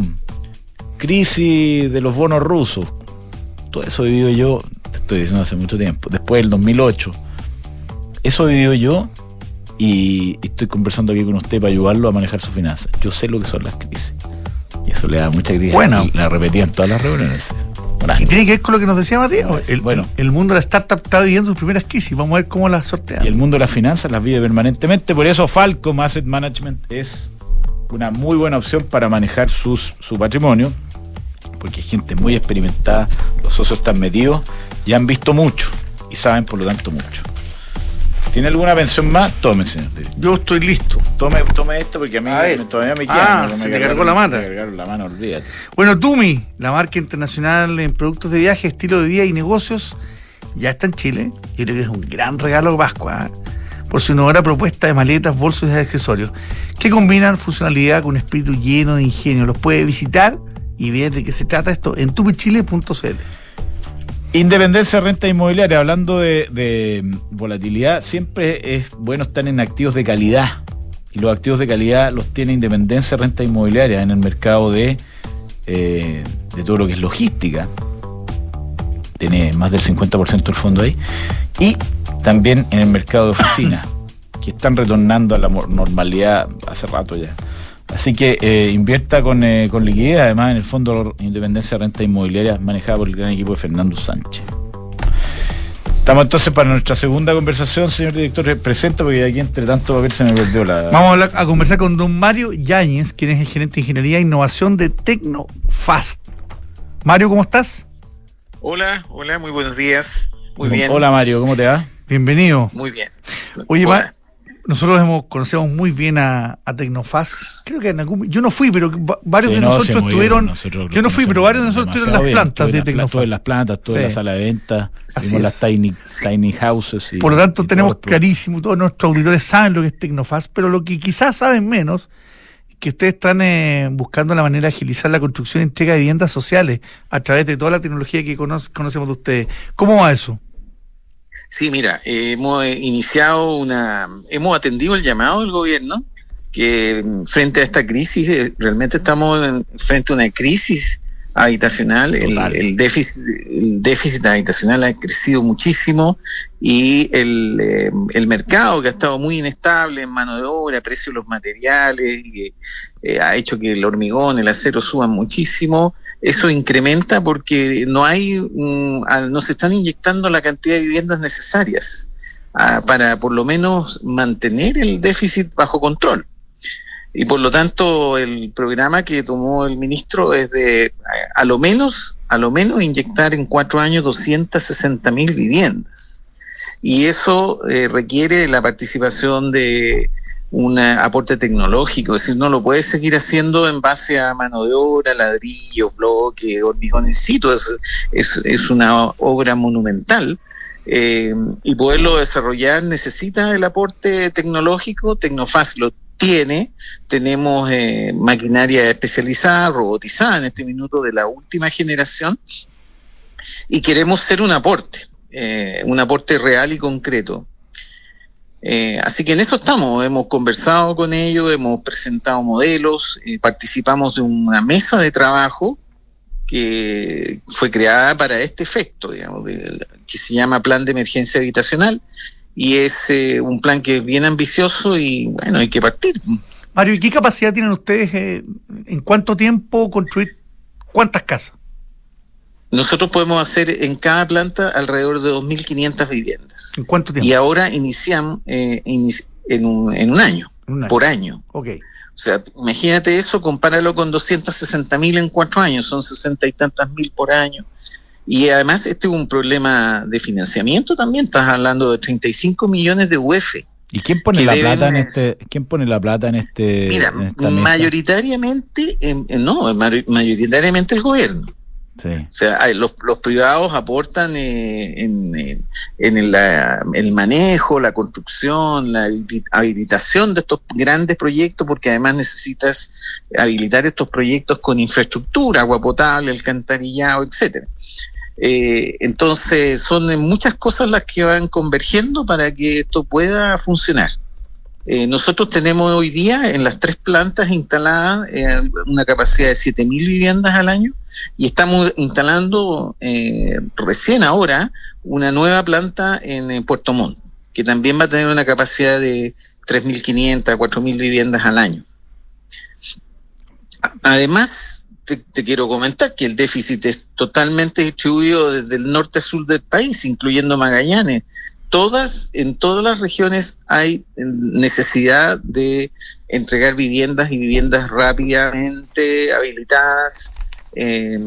[SPEAKER 2] crisis de los bonos rusos. Todo eso he vivido yo, te estoy diciendo hace mucho tiempo, después del dos mil ocho. Eso he vivido yo y estoy conversando aquí con usted para ayudarlo a manejar sus finanzas. Yo sé lo que son las crisis y eso le da mucha crisis.
[SPEAKER 3] Bueno.
[SPEAKER 2] Y la repetía en todas las reuniones.
[SPEAKER 3] Y tiene que ver con lo que nos decía Matías.
[SPEAKER 2] No,
[SPEAKER 3] el,
[SPEAKER 2] bueno.
[SPEAKER 3] el, el mundo de la startup está viviendo sus primeras crisis. Vamos a ver cómo las sortean.
[SPEAKER 2] Y el mundo de las finanzas las vive permanentemente. Por eso Falcom Asset Management es una muy buena opción para manejar sus, su patrimonio, porque hay gente muy experimentada, los socios están metidos y han visto mucho y saben por lo tanto mucho. ¿Tiene alguna pensión más? Tome, señor.
[SPEAKER 3] Yo estoy listo.
[SPEAKER 2] Tome, tome esto porque a mí
[SPEAKER 3] A ver.
[SPEAKER 2] todavía me queda.
[SPEAKER 3] Ah,
[SPEAKER 2] no,
[SPEAKER 3] se
[SPEAKER 2] me
[SPEAKER 3] te
[SPEAKER 2] cargaron-
[SPEAKER 3] cargó la mano.
[SPEAKER 2] Me cargaron la mano, olvídate.
[SPEAKER 3] Bueno, Tumi, la marca internacional en productos de viaje, estilo de vida y negocios, ya está en Chile. Yo creo que es un gran regalo de Pascua, ¿eh? Por su innovadora propuesta de maletas, bolsos y accesorios que combinan funcionalidad con un espíritu lleno de ingenio. Los puede visitar y ver de qué se trata esto en tumichile punto c l.
[SPEAKER 2] Independencia Renta Inmobiliaria, hablando de, de volatilidad, siempre es bueno estar en activos de calidad. Y los activos de calidad los tiene Independencia Renta Inmobiliaria en el mercado de, eh, de todo lo que es logística. Tiene más del cincuenta por ciento del fondo ahí. Y también en el mercado de oficina, que están retornando a la normalidad hace rato ya. Así que eh, invierta con, eh, con liquidez, además en el Fondo Independencia Renta Inmobiliaria, manejada por el gran equipo de Fernando Sánchez. Estamos entonces para nuestra segunda conversación, señor director. Presenta, porque aquí entre tanto papel se me perdió la...
[SPEAKER 3] Vamos a, hablar, a conversar con don Mario Yáñez, quien es el gerente de Ingeniería e Innovación de Tecnofast. Mario, ¿cómo estás?
[SPEAKER 5] Hola, hola, muy buenos días. Muy bien.
[SPEAKER 2] Hola Mario, ¿cómo te va?
[SPEAKER 3] Bienvenido.
[SPEAKER 5] Muy bien.
[SPEAKER 3] Oye,
[SPEAKER 5] Hola.
[SPEAKER 3] Ma- nosotros hemos, conocemos muy bien a, a Tecnofast. Creo que en algún, yo no fui, pero va- varios
[SPEAKER 2] Sí,
[SPEAKER 3] de
[SPEAKER 2] no,
[SPEAKER 3] nosotros
[SPEAKER 2] sí, muy bien,
[SPEAKER 3] estuvieron.
[SPEAKER 2] nosotros
[SPEAKER 3] Yo no fui, pero varios de nosotros estuvieron en las
[SPEAKER 2] demasiado bien.
[SPEAKER 3] plantas de
[SPEAKER 2] Estuve en las pla- Estuve en las
[SPEAKER 3] Tecnofast.
[SPEAKER 2] plantas, estuve en la
[SPEAKER 3] Sí.
[SPEAKER 2] sala de venta,
[SPEAKER 5] Así
[SPEAKER 2] vimos
[SPEAKER 5] es.
[SPEAKER 2] las tiny,
[SPEAKER 5] Sí.
[SPEAKER 2] tiny houses. Y,
[SPEAKER 3] Por lo tanto,
[SPEAKER 2] y
[SPEAKER 3] tenemos
[SPEAKER 2] todo el-
[SPEAKER 3] clarísimo, todos nuestros auditores saben lo que es Tecnofast, pero lo que quizás saben menos es que ustedes están eh, buscando la manera de agilizar la construcción y entrega de viviendas sociales a través de toda la tecnología que cono- conocemos de ustedes. ¿Cómo va eso?
[SPEAKER 5] Sí, mira, eh, hemos eh, iniciado una, hemos atendido el llamado del gobierno que mm, frente a esta crisis, eh, realmente estamos en- frente a una crisis habitacional, el,
[SPEAKER 2] Total.
[SPEAKER 5] el déficit, el déficit habitacional ha crecido muchísimo y el, eh, el mercado que ha estado muy inestable en mano de obra, precio de los materiales, y, eh, ha hecho que el hormigón, el acero suban muchísimo. Eso incrementa porque no hay, um, no se están inyectando la cantidad de viviendas necesarias uh, para por lo menos mantener el déficit bajo control. Y por lo tanto el programa que tomó el ministro es de a, a lo menos, a lo menos inyectar en cuatro años doscientas sesenta mil viviendas. Y eso eh, requiere la participación de un aporte tecnológico, es decir, no lo puedes seguir haciendo en base a mano de obra, ladrillo, bloque, hormigón in situ, es, es, es una obra monumental, eh, y poderlo desarrollar necesita el aporte tecnológico. Tecnofast lo tiene. Tenemos eh, maquinaria especializada, robotizada en este minuto de la última generación, y queremos ser un aporte, eh, un aporte real y concreto. Eh, así que en eso estamos, hemos conversado con ellos, hemos presentado modelos, eh, participamos de una mesa de trabajo que fue creada para este efecto, digamos, de, que se llama Plan de Emergencia Habitacional, y es eh, un plan que es bien ambicioso y bueno, hay que partir.
[SPEAKER 3] Mario, ¿y qué capacidad tienen ustedes eh, en cuánto tiempo construir cuántas casas?
[SPEAKER 5] Nosotros podemos hacer en cada planta alrededor de dos mil quinientas viviendas.
[SPEAKER 3] ¿En cuánto tiempo?
[SPEAKER 5] Y ahora iniciamos eh, inici en, un, en un año, un año, por año.
[SPEAKER 3] Ok.
[SPEAKER 5] O sea, imagínate eso, compáralo con doscientos sesenta mil en cuatro años, son sesenta y tantas mil por año. Y además este es un problema de financiamiento también, estás hablando de treinta y cinco millones de U E F.
[SPEAKER 2] ¿Y quién pone la plata en este? ¿Quién pone la plata en este?
[SPEAKER 5] Mira,
[SPEAKER 2] en esta mesa?
[SPEAKER 5] mayoritariamente, eh, no, mayoritariamente el gobierno.
[SPEAKER 2] Sí.
[SPEAKER 5] O sea, hay, los, los privados aportan eh, en, en, en el, la, el manejo, la construcción, la habilitación de estos grandes proyectos, porque además necesitas habilitar estos proyectos con infraestructura, agua potable, alcantarillado, etcétera. Eh, entonces son muchas cosas las que van convergiendo para que esto pueda funcionar. Eh, nosotros tenemos hoy día en las tres plantas instaladas eh, una capacidad de siete mil viviendas al año, y estamos instalando eh, recién ahora una nueva planta en, en Puerto Montt, que también va a tener una capacidad de tres mil quinientas, cuatro mil viviendas al año. Además, te, te quiero comentar que el déficit es totalmente distribuido desde el norte a sur del país, incluyendo Magallanes. Todas, en todas las regiones hay necesidad de entregar viviendas y viviendas rápidamente habilitadas. Eh,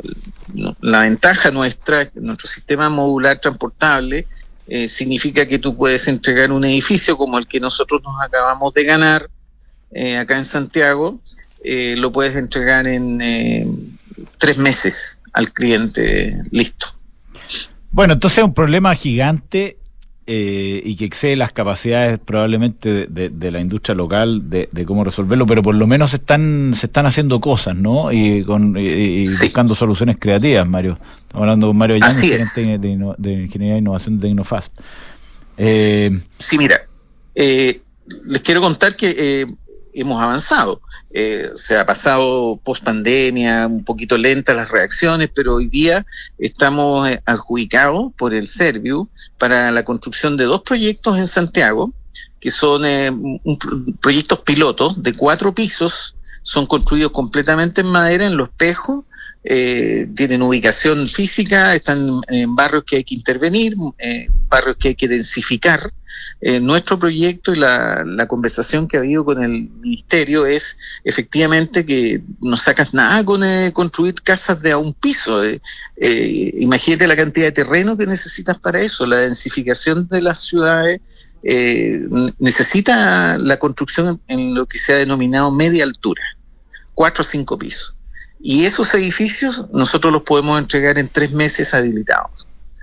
[SPEAKER 5] la ventaja nuestra, nuestro sistema modular transportable, eh, significa que tú puedes entregar un edificio como el que nosotros nos acabamos de ganar eh, acá en Santiago, eh, lo puedes entregar en eh, tres meses al cliente, listo.
[SPEAKER 2] Bueno, entonces es un problema gigante eh, y que excede las capacidades probablemente de, de, de la industria local de, de cómo resolverlo, pero por lo menos se están se están haciendo cosas, ¿no? Y, con, y, y sí. buscando soluciones creativas, Mario. Estamos hablando con Mario Llanes, gerente de, de, de Ingeniería e Innovación de Tecnofast. Eh,
[SPEAKER 5] sí, mira, eh, les quiero contar que eh, hemos avanzado. Eh, se ha pasado post pandemia, un poquito lentas las reacciones, pero hoy día estamos eh, adjudicados por el Serviu para la construcción de dos proyectos en Santiago, que son eh, un, proyectos pilotos de cuatro pisos, son construidos completamente en madera, en Los Pejos, eh, tienen ubicación física, están en barrios que hay que intervenir, eh, barrios que hay que densificar. Eh, nuestro proyecto y la, la conversación que ha habido con el ministerio es efectivamente que no sacas nada con eh, construir casas de a un piso. Eh, eh, imagínate la cantidad de terreno que necesitas para eso. La densificación de las ciudades eh, necesita la construcción en lo que se ha denominado media altura, cuatro o cinco pisos. Y esos edificios nosotros los podemos entregar en tres meses habilitados.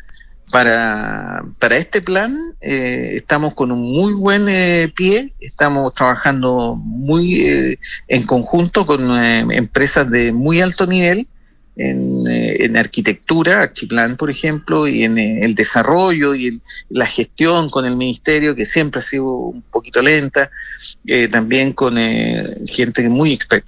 [SPEAKER 5] Para, para este plan eh, estamos con un muy buen eh, pie, estamos trabajando muy eh, en conjunto con eh, empresas de muy alto nivel en, eh, en arquitectura, Archiplan por ejemplo, y en eh, el desarrollo y el, la gestión con el ministerio, que siempre ha sido un poquito lenta, eh, también con eh, gente muy experta.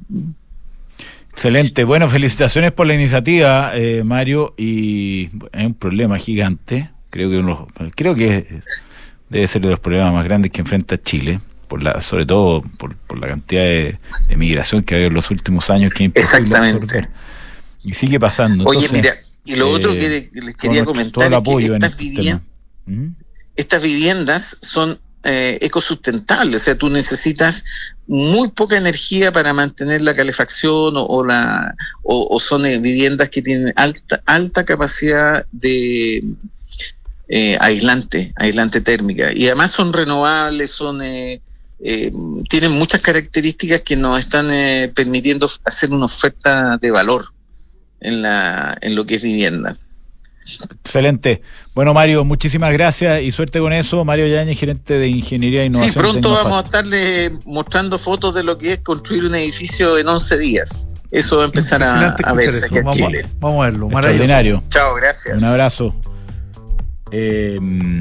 [SPEAKER 2] Excelente, bueno, felicitaciones por la iniciativa, eh, Mario, y es un problema gigante, creo que uno, creo que debe ser de los problemas más grandes que enfrenta Chile, por la, sobre todo por, por la cantidad de, de migración que ha habido en los últimos años, que es imposible absorber. Y sigue pasando.
[SPEAKER 5] Oye,
[SPEAKER 2] entonces,
[SPEAKER 5] mira, y lo eh, otro que les quería comentar es que estas,
[SPEAKER 2] este
[SPEAKER 5] viviendas, ¿Mm? estas viviendas son eh, ecosustentables, o sea, tú necesitas muy poca energía para mantener la calefacción o, o la o, o son eh, viviendas que tienen alta alta capacidad de eh, aislante aislante térmica, y además son renovables, son eh, eh, tienen muchas características que nos están eh, permitiendo hacer una oferta de valor en la en lo que es vivienda.
[SPEAKER 2] Excelente. Bueno, Mario, muchísimas gracias y suerte con eso. Mario Yáñez, gerente de Ingeniería e Innovación.
[SPEAKER 5] Sí, pronto
[SPEAKER 2] Tecnofast.
[SPEAKER 5] vamos a estarle mostrando fotos de lo que es construir un edificio en once días. Eso va a empezar a, a verse aquí en
[SPEAKER 3] vamos,
[SPEAKER 5] Chile.
[SPEAKER 3] Vamos a verlo,
[SPEAKER 2] extraordinario.
[SPEAKER 5] Chao, gracias.
[SPEAKER 2] Un abrazo. Eh,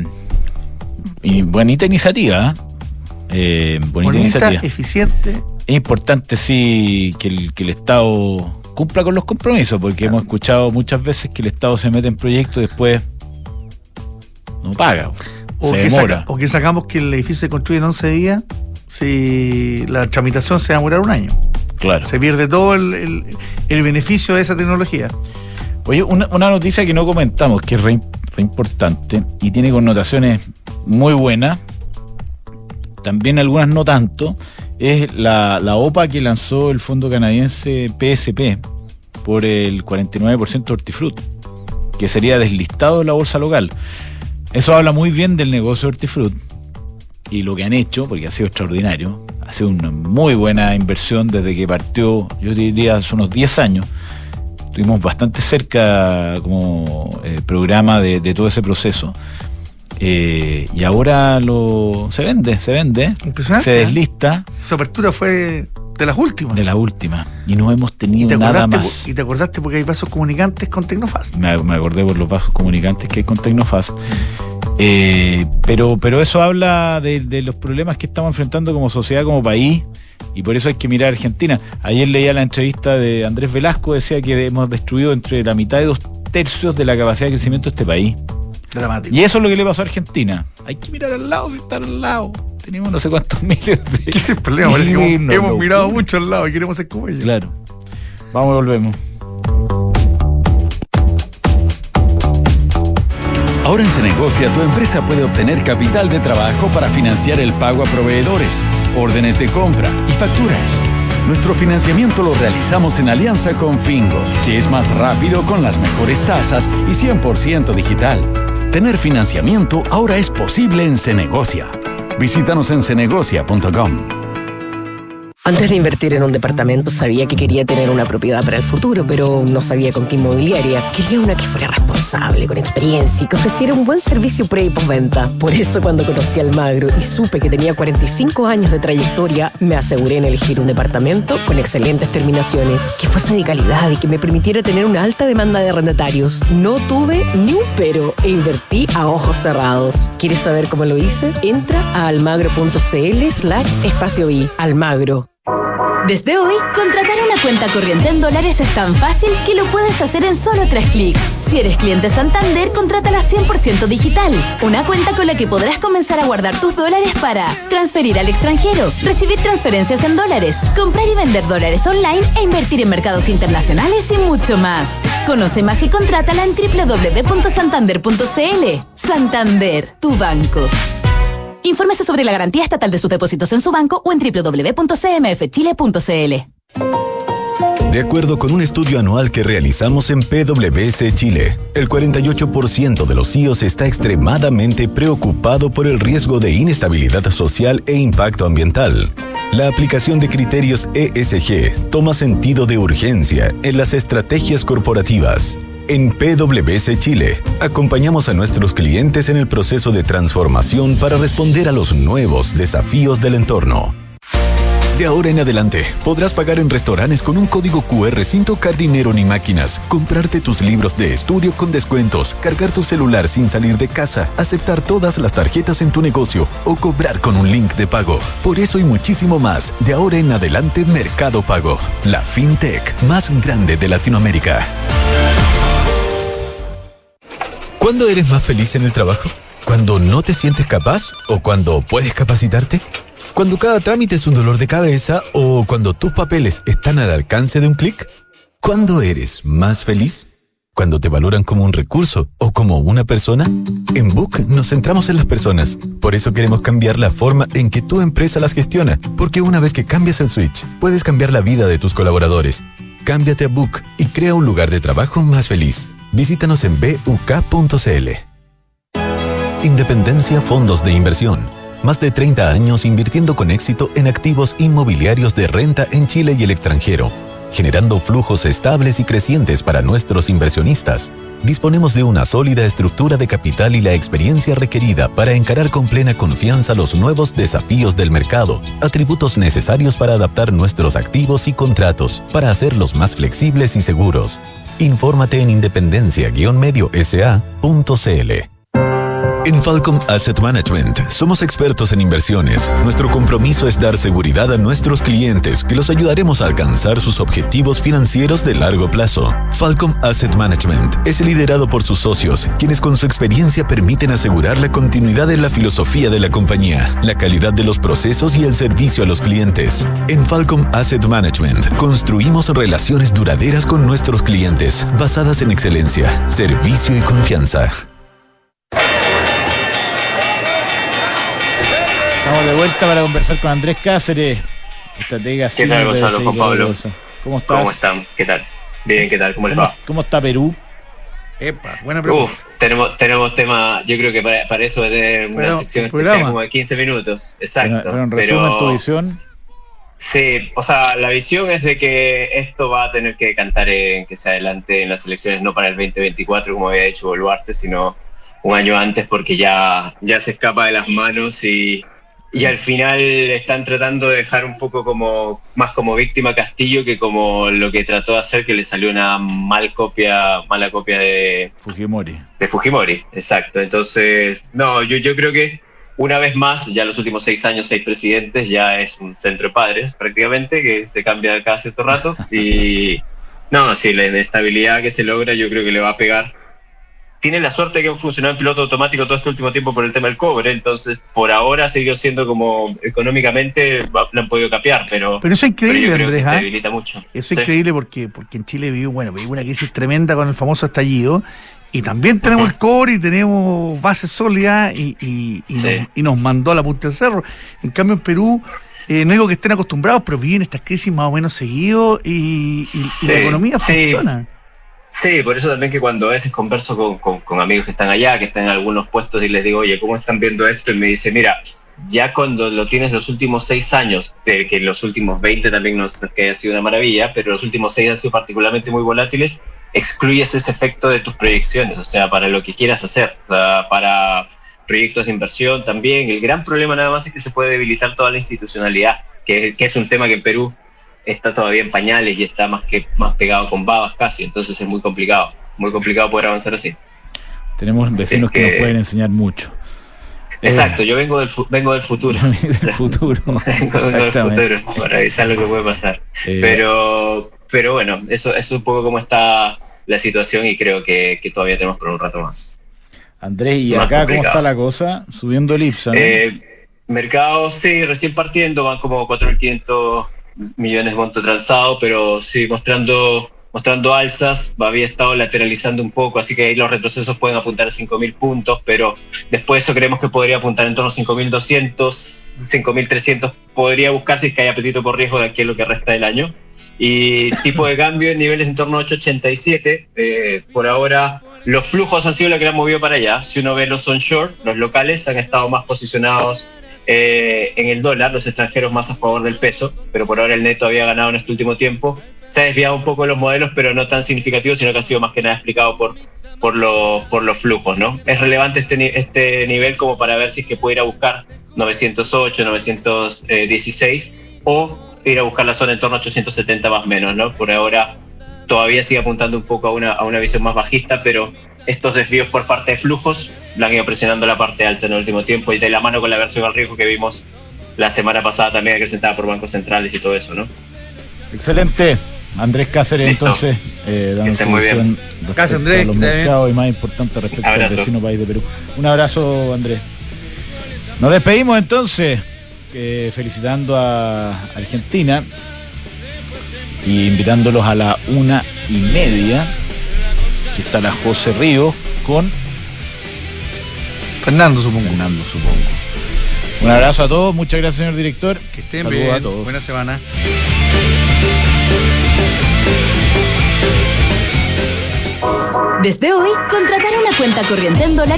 [SPEAKER 2] y bonita iniciativa. Eh, bonita,
[SPEAKER 3] bonita
[SPEAKER 2] iniciativa.
[SPEAKER 3] Eficiente.
[SPEAKER 2] Es importante, sí, que el, que el Estado cumpla con los compromisos, porque claro. hemos escuchado muchas veces que el Estado se mete en proyectos y después no paga,
[SPEAKER 3] o
[SPEAKER 2] se
[SPEAKER 3] que
[SPEAKER 2] demora.
[SPEAKER 3] Saca, o que sacamos que el edificio se construye en once días, si la tramitación se va a demorar un año.
[SPEAKER 2] Claro.
[SPEAKER 3] Se pierde todo el, el, el beneficio de esa tecnología.
[SPEAKER 2] Oye, una, una noticia que no comentamos, que es re, re importante y tiene connotaciones muy buenas, también algunas no tanto, es la, la O P A que lanzó el fondo canadiense P S P por el cuarenta y nueve por ciento de Hortifruti, que sería deslistado de la bolsa local. Eso habla muy bien del negocio de Hortifruti y lo que han hecho, porque ha sido extraordinario. Ha sido una muy buena inversión desde que partió, yo diría, hace unos diez años. Estuvimos bastante cerca como eh, programa de, de todo ese proceso. Eh, y ahora lo se vende, se vende,
[SPEAKER 3] impresionante,
[SPEAKER 2] se deslista.
[SPEAKER 3] ¿eh? Su apertura fue de las últimas.
[SPEAKER 2] De las últimas. Y no hemos tenido nada más.
[SPEAKER 3] Y te acordaste porque hay vasos comunicantes con Tecnofast.
[SPEAKER 2] Me, me acordé por los vasos comunicantes que hay con Tecnofast. Eh, pero, pero eso habla de, de los problemas que estamos enfrentando como sociedad, como país, y por eso hay que mirar a Argentina. Ayer leía la entrevista de Andrés Velasco, decía que hemos destruido entre la mitad y dos tercios de la capacidad de crecimiento de este país.
[SPEAKER 3] Dramático.
[SPEAKER 2] Y eso es lo que le pasó a Argentina. Hay que mirar al lado, si estar al lado. Tenemos no sé cuántos miles de...
[SPEAKER 3] ¿Qué es el problema? Parece que hemos, no, hemos no, mirado no. mucho al lado y queremos ser como ellos.
[SPEAKER 2] Claro. Vamos y volvemos.
[SPEAKER 6] Ahora en Cenegocia, tu empresa puede obtener capital de trabajo para financiar el pago a proveedores, órdenes de compra y facturas. Nuestro financiamiento lo realizamos en alianza con Fingo, que es más rápido con las mejores tasas y cien por ciento digital. Tener financiamiento ahora es posible en Cenegocia. Visítanos en cenegocia punto com.
[SPEAKER 7] Antes de invertir en un departamento sabía que quería tener una propiedad para el futuro, pero no sabía con qué inmobiliaria. Quería una que fuera responsable, con experiencia y que ofreciera un buen servicio pre y postventa. Por eso cuando conocí a Almagro y supe que tenía cuarenta y cinco años de trayectoria, me aseguré en elegir un departamento con excelentes terminaciones, que fuese de calidad y que me permitiera tener una alta demanda de arrendatarios. No tuve ni un pero e invertí a ojos cerrados. ¿Quieres saber cómo lo hice? Entra a almagro.cl slash espacio B. Almagro.
[SPEAKER 8] Desde hoy, contratar una cuenta corriente en dólares es tan fácil que lo puedes hacer en solo tres clics. Si eres cliente Santander, contrátala cien por ciento digital. Una cuenta con la que podrás comenzar a guardar tus dólares para transferir al extranjero, recibir transferencias en dólares, comprar y vender dólares online e invertir en mercados internacionales y mucho más. Conoce más y contrátala en doble u doble u doble u punto santander punto c l. Santander, tu banco. Infórmese sobre la garantía estatal de sus depósitos en su banco o en doble u doble u doble u punto c m f chile punto c l.
[SPEAKER 9] De acuerdo con un estudio anual que realizamos en P W C Chile, el cuarenta y ocho por ciento de los C E Os está extremadamente preocupado por el riesgo de inestabilidad social e impacto ambiental. La aplicación de criterios E S G toma sentido de urgencia en las estrategias corporativas. En P W C Chile, acompañamos a nuestros clientes en el proceso de transformación para responder a los nuevos desafíos del entorno. De ahora en adelante, podrás pagar en restaurantes con un código Q R sin tocar dinero ni máquinas, comprarte tus libros de estudio con descuentos, cargar tu celular sin salir de casa, aceptar todas las tarjetas en tu negocio o cobrar con un link de pago. Por eso y muchísimo más, de ahora en adelante Mercado Pago, la fintech más grande de Latinoamérica. ¿Cuándo eres más feliz en el trabajo? ¿Cuando no te sientes capaz o cuando puedes capacitarte? ¿Cuando cada trámite es un dolor de cabeza o cuando tus papeles están al alcance de un clic? ¿Cuándo eres más feliz? ¿Cuando te valoran como un recurso o como una persona? En Book nos centramos en las personas. Por eso queremos cambiar la forma en que tu empresa las gestiona, porque una vez que cambias el switch, puedes cambiar la vida de tus colaboradores. Cámbiate a Book y crea un lugar de trabajo más feliz. Visítanos en b u k punto c l. Independencia Fondos de Inversión. Más de treinta años invirtiendo con éxito en activos inmobiliarios de renta en Chile y el extranjero. generando flujos estables y crecientes para nuestros inversionistas. Disponemos de una sólida estructura de capital y la experiencia requerida para encarar con plena confianza los nuevos desafíos del mercado, atributos necesarios para adaptar nuestros activos y contratos, para hacerlos más flexibles y seguros. Infórmate en independencia guion medio s a punto c l. En Falcom Asset Management somos expertos en inversiones. Nuestro compromiso es dar seguridad a nuestros clientes, que los ayudaremos a alcanzar sus objetivos financieros de largo plazo. Falcom Asset Management es liderado por sus socios, quienes con su experiencia permiten asegurar la continuidad en la filosofía de la compañía, la calidad de los procesos y el servicio a los clientes. En Falcom Asset Management construimos relaciones duraderas con nuestros clientes, basadas en excelencia, servicio y confianza.
[SPEAKER 2] Estamos de vuelta para conversar con Andrés Cáceres, estratega.
[SPEAKER 10] ¿Qué tal, Gonzalo? Juan Pablo.
[SPEAKER 2] ¿Cómo estás?
[SPEAKER 10] ¿Cómo están? ¿Qué tal? Bien, ¿qué tal? ¿Cómo les va?
[SPEAKER 2] ¿Cómo está Perú?
[SPEAKER 3] Epa, buena pregunta.
[SPEAKER 10] Uf, tenemos, tenemos tema, yo creo que para, para eso va a tener una
[SPEAKER 3] pero,
[SPEAKER 10] sección especial como de quince minutos. Exacto.
[SPEAKER 2] Pero, pero en resumen,
[SPEAKER 10] pero,
[SPEAKER 2] tu visión.
[SPEAKER 10] Sí, o sea, la visión es de que esto va a tener que cantar en que se adelante en las elecciones, no para el veinte veinticuatro, como había dicho Boluarte, sino un año antes, porque ya, ya se escapa de las manos y... Y al final están tratando de dejar un poco como más como víctima Castillo que como lo que trató de hacer, que le salió una mal copia, mala copia de
[SPEAKER 2] Fujimori.
[SPEAKER 10] De Fujimori, exacto. Entonces, no, yo, yo creo que una vez más, ya los últimos seis años, seis presidentes, ya es un centro de padres prácticamente, que se cambia cada cierto rato. Y no, sí, la inestabilidad que se logra yo creo que le va a pegar. Tiene la suerte de que ha funcionado en piloto automático todo este último tiempo por el tema del cobre, entonces por ahora siguió siendo como económicamente lo han podido capear, pero,
[SPEAKER 3] pero eso es increíble,
[SPEAKER 10] pero
[SPEAKER 3] Andrés,
[SPEAKER 10] que
[SPEAKER 3] ¿eh?
[SPEAKER 10] debilita mucho.
[SPEAKER 3] Eso es
[SPEAKER 10] ¿sí?
[SPEAKER 3] increíble porque, porque en Chile vivimos, bueno, vivimos una crisis tremenda con el famoso estallido y también tenemos uh-huh. el cobre y tenemos bases sólidas y, y, y, sí. nos, y nos mandó a la punta del cerro. En cambio en Perú, eh, no digo que estén acostumbrados, pero viven estas crisis más o menos seguido y, y, sí. y la economía sí. funciona.
[SPEAKER 10] Sí, por eso también que cuando a veces converso con, con, con amigos que están allá, que están en algunos puestos y les digo, oye, ¿cómo están viendo esto? Y me dice, mira, ya cuando lo tienes los últimos seis años, de que los últimos veinte también no es que haya sido una maravilla, pero los últimos seis han sido particularmente muy volátiles, excluyes ese efecto de tus proyecciones, o sea, para lo que quieras hacer, para proyectos de inversión también. El gran problema nada más es que se puede debilitar toda la institucionalidad, que, que es un tema que en Perú está todavía en pañales y está más que más pegado con babas casi, entonces es muy complicado, muy complicado poder avanzar así.
[SPEAKER 2] Tenemos vecinos que, que nos pueden enseñar mucho.
[SPEAKER 10] Exacto, eh, yo vengo del fu- vengo del futuro.
[SPEAKER 2] del futuro.
[SPEAKER 10] vengo, vengo del futuro para avisar lo que puede pasar. Eh, pero pero bueno, eso, eso es un poco cómo está la situación y creo que, que todavía tenemos por un rato más.
[SPEAKER 2] Andrés, ¿y más acá complicado. ¿Cómo está la cosa? Subiendo el I P S A, ¿no?
[SPEAKER 10] Eh, mercado, sí, recién partiendo, van como cuatro mil quinientos millones de monto transado, pero sí mostrando mostrando alzas, había estado lateralizando un poco, así que ahí los retrocesos pueden apuntar a cinco mil puntos, pero después eso creemos que podría apuntar en torno a cinco mil doscientos, cinco mil trescientos, podría buscar si es que hay apetito por riesgo de aquí a lo que resta del año. Y tipo de cambio en niveles en torno a ocho ochenta y siete, eh, por ahora los flujos han sido los que han movido para allá. Si uno ve los onshore, los locales han estado más posicionados Eh, en el dólar, los extranjeros más a favor del peso, pero por ahora el neto había ganado en este último tiempo. Se ha desviado un poco de los modelos, pero no tan significativo, sino que ha sido más que nada explicado por, por, los, por los flujos, ¿no? Es relevante este, este nivel como para ver si es que puede ir a buscar novecientos ocho, novecientos dieciséis o ir a buscar la zona en torno a ochocientos setenta más o menos, ¿no? Por ahora todavía sigue apuntando un poco a una, a una visión más bajista, pero estos desvíos por parte de flujos la han ido presionando la parte alta en el último tiempo y de la mano con la versión al riesgo que vimos la semana pasada también acrecentada por bancos centrales y todo eso, ¿no?
[SPEAKER 2] Excelente. Andrés Cáceres,
[SPEAKER 10] Listo.
[SPEAKER 2] entonces, eh, dando
[SPEAKER 10] que muy bien.
[SPEAKER 3] Gracias, Andrés,
[SPEAKER 2] a los mercados bien. Y más importante respecto
[SPEAKER 10] abrazo.
[SPEAKER 2] al vecino país de Perú. Un abrazo, Andrés. Nos despedimos entonces, eh, felicitando a Argentina y invitándolos a la una y media. Aquí está la José Ríos con
[SPEAKER 3] Fernando, supongo.
[SPEAKER 2] Fernando, supongo. Un abrazo a todos, muchas gracias, señor director.
[SPEAKER 3] Que estén
[SPEAKER 2] Saludos
[SPEAKER 3] bien.
[SPEAKER 2] A todos.
[SPEAKER 3] Buena semana.
[SPEAKER 8] Desde hoy, contratar una cuenta corriente en dólares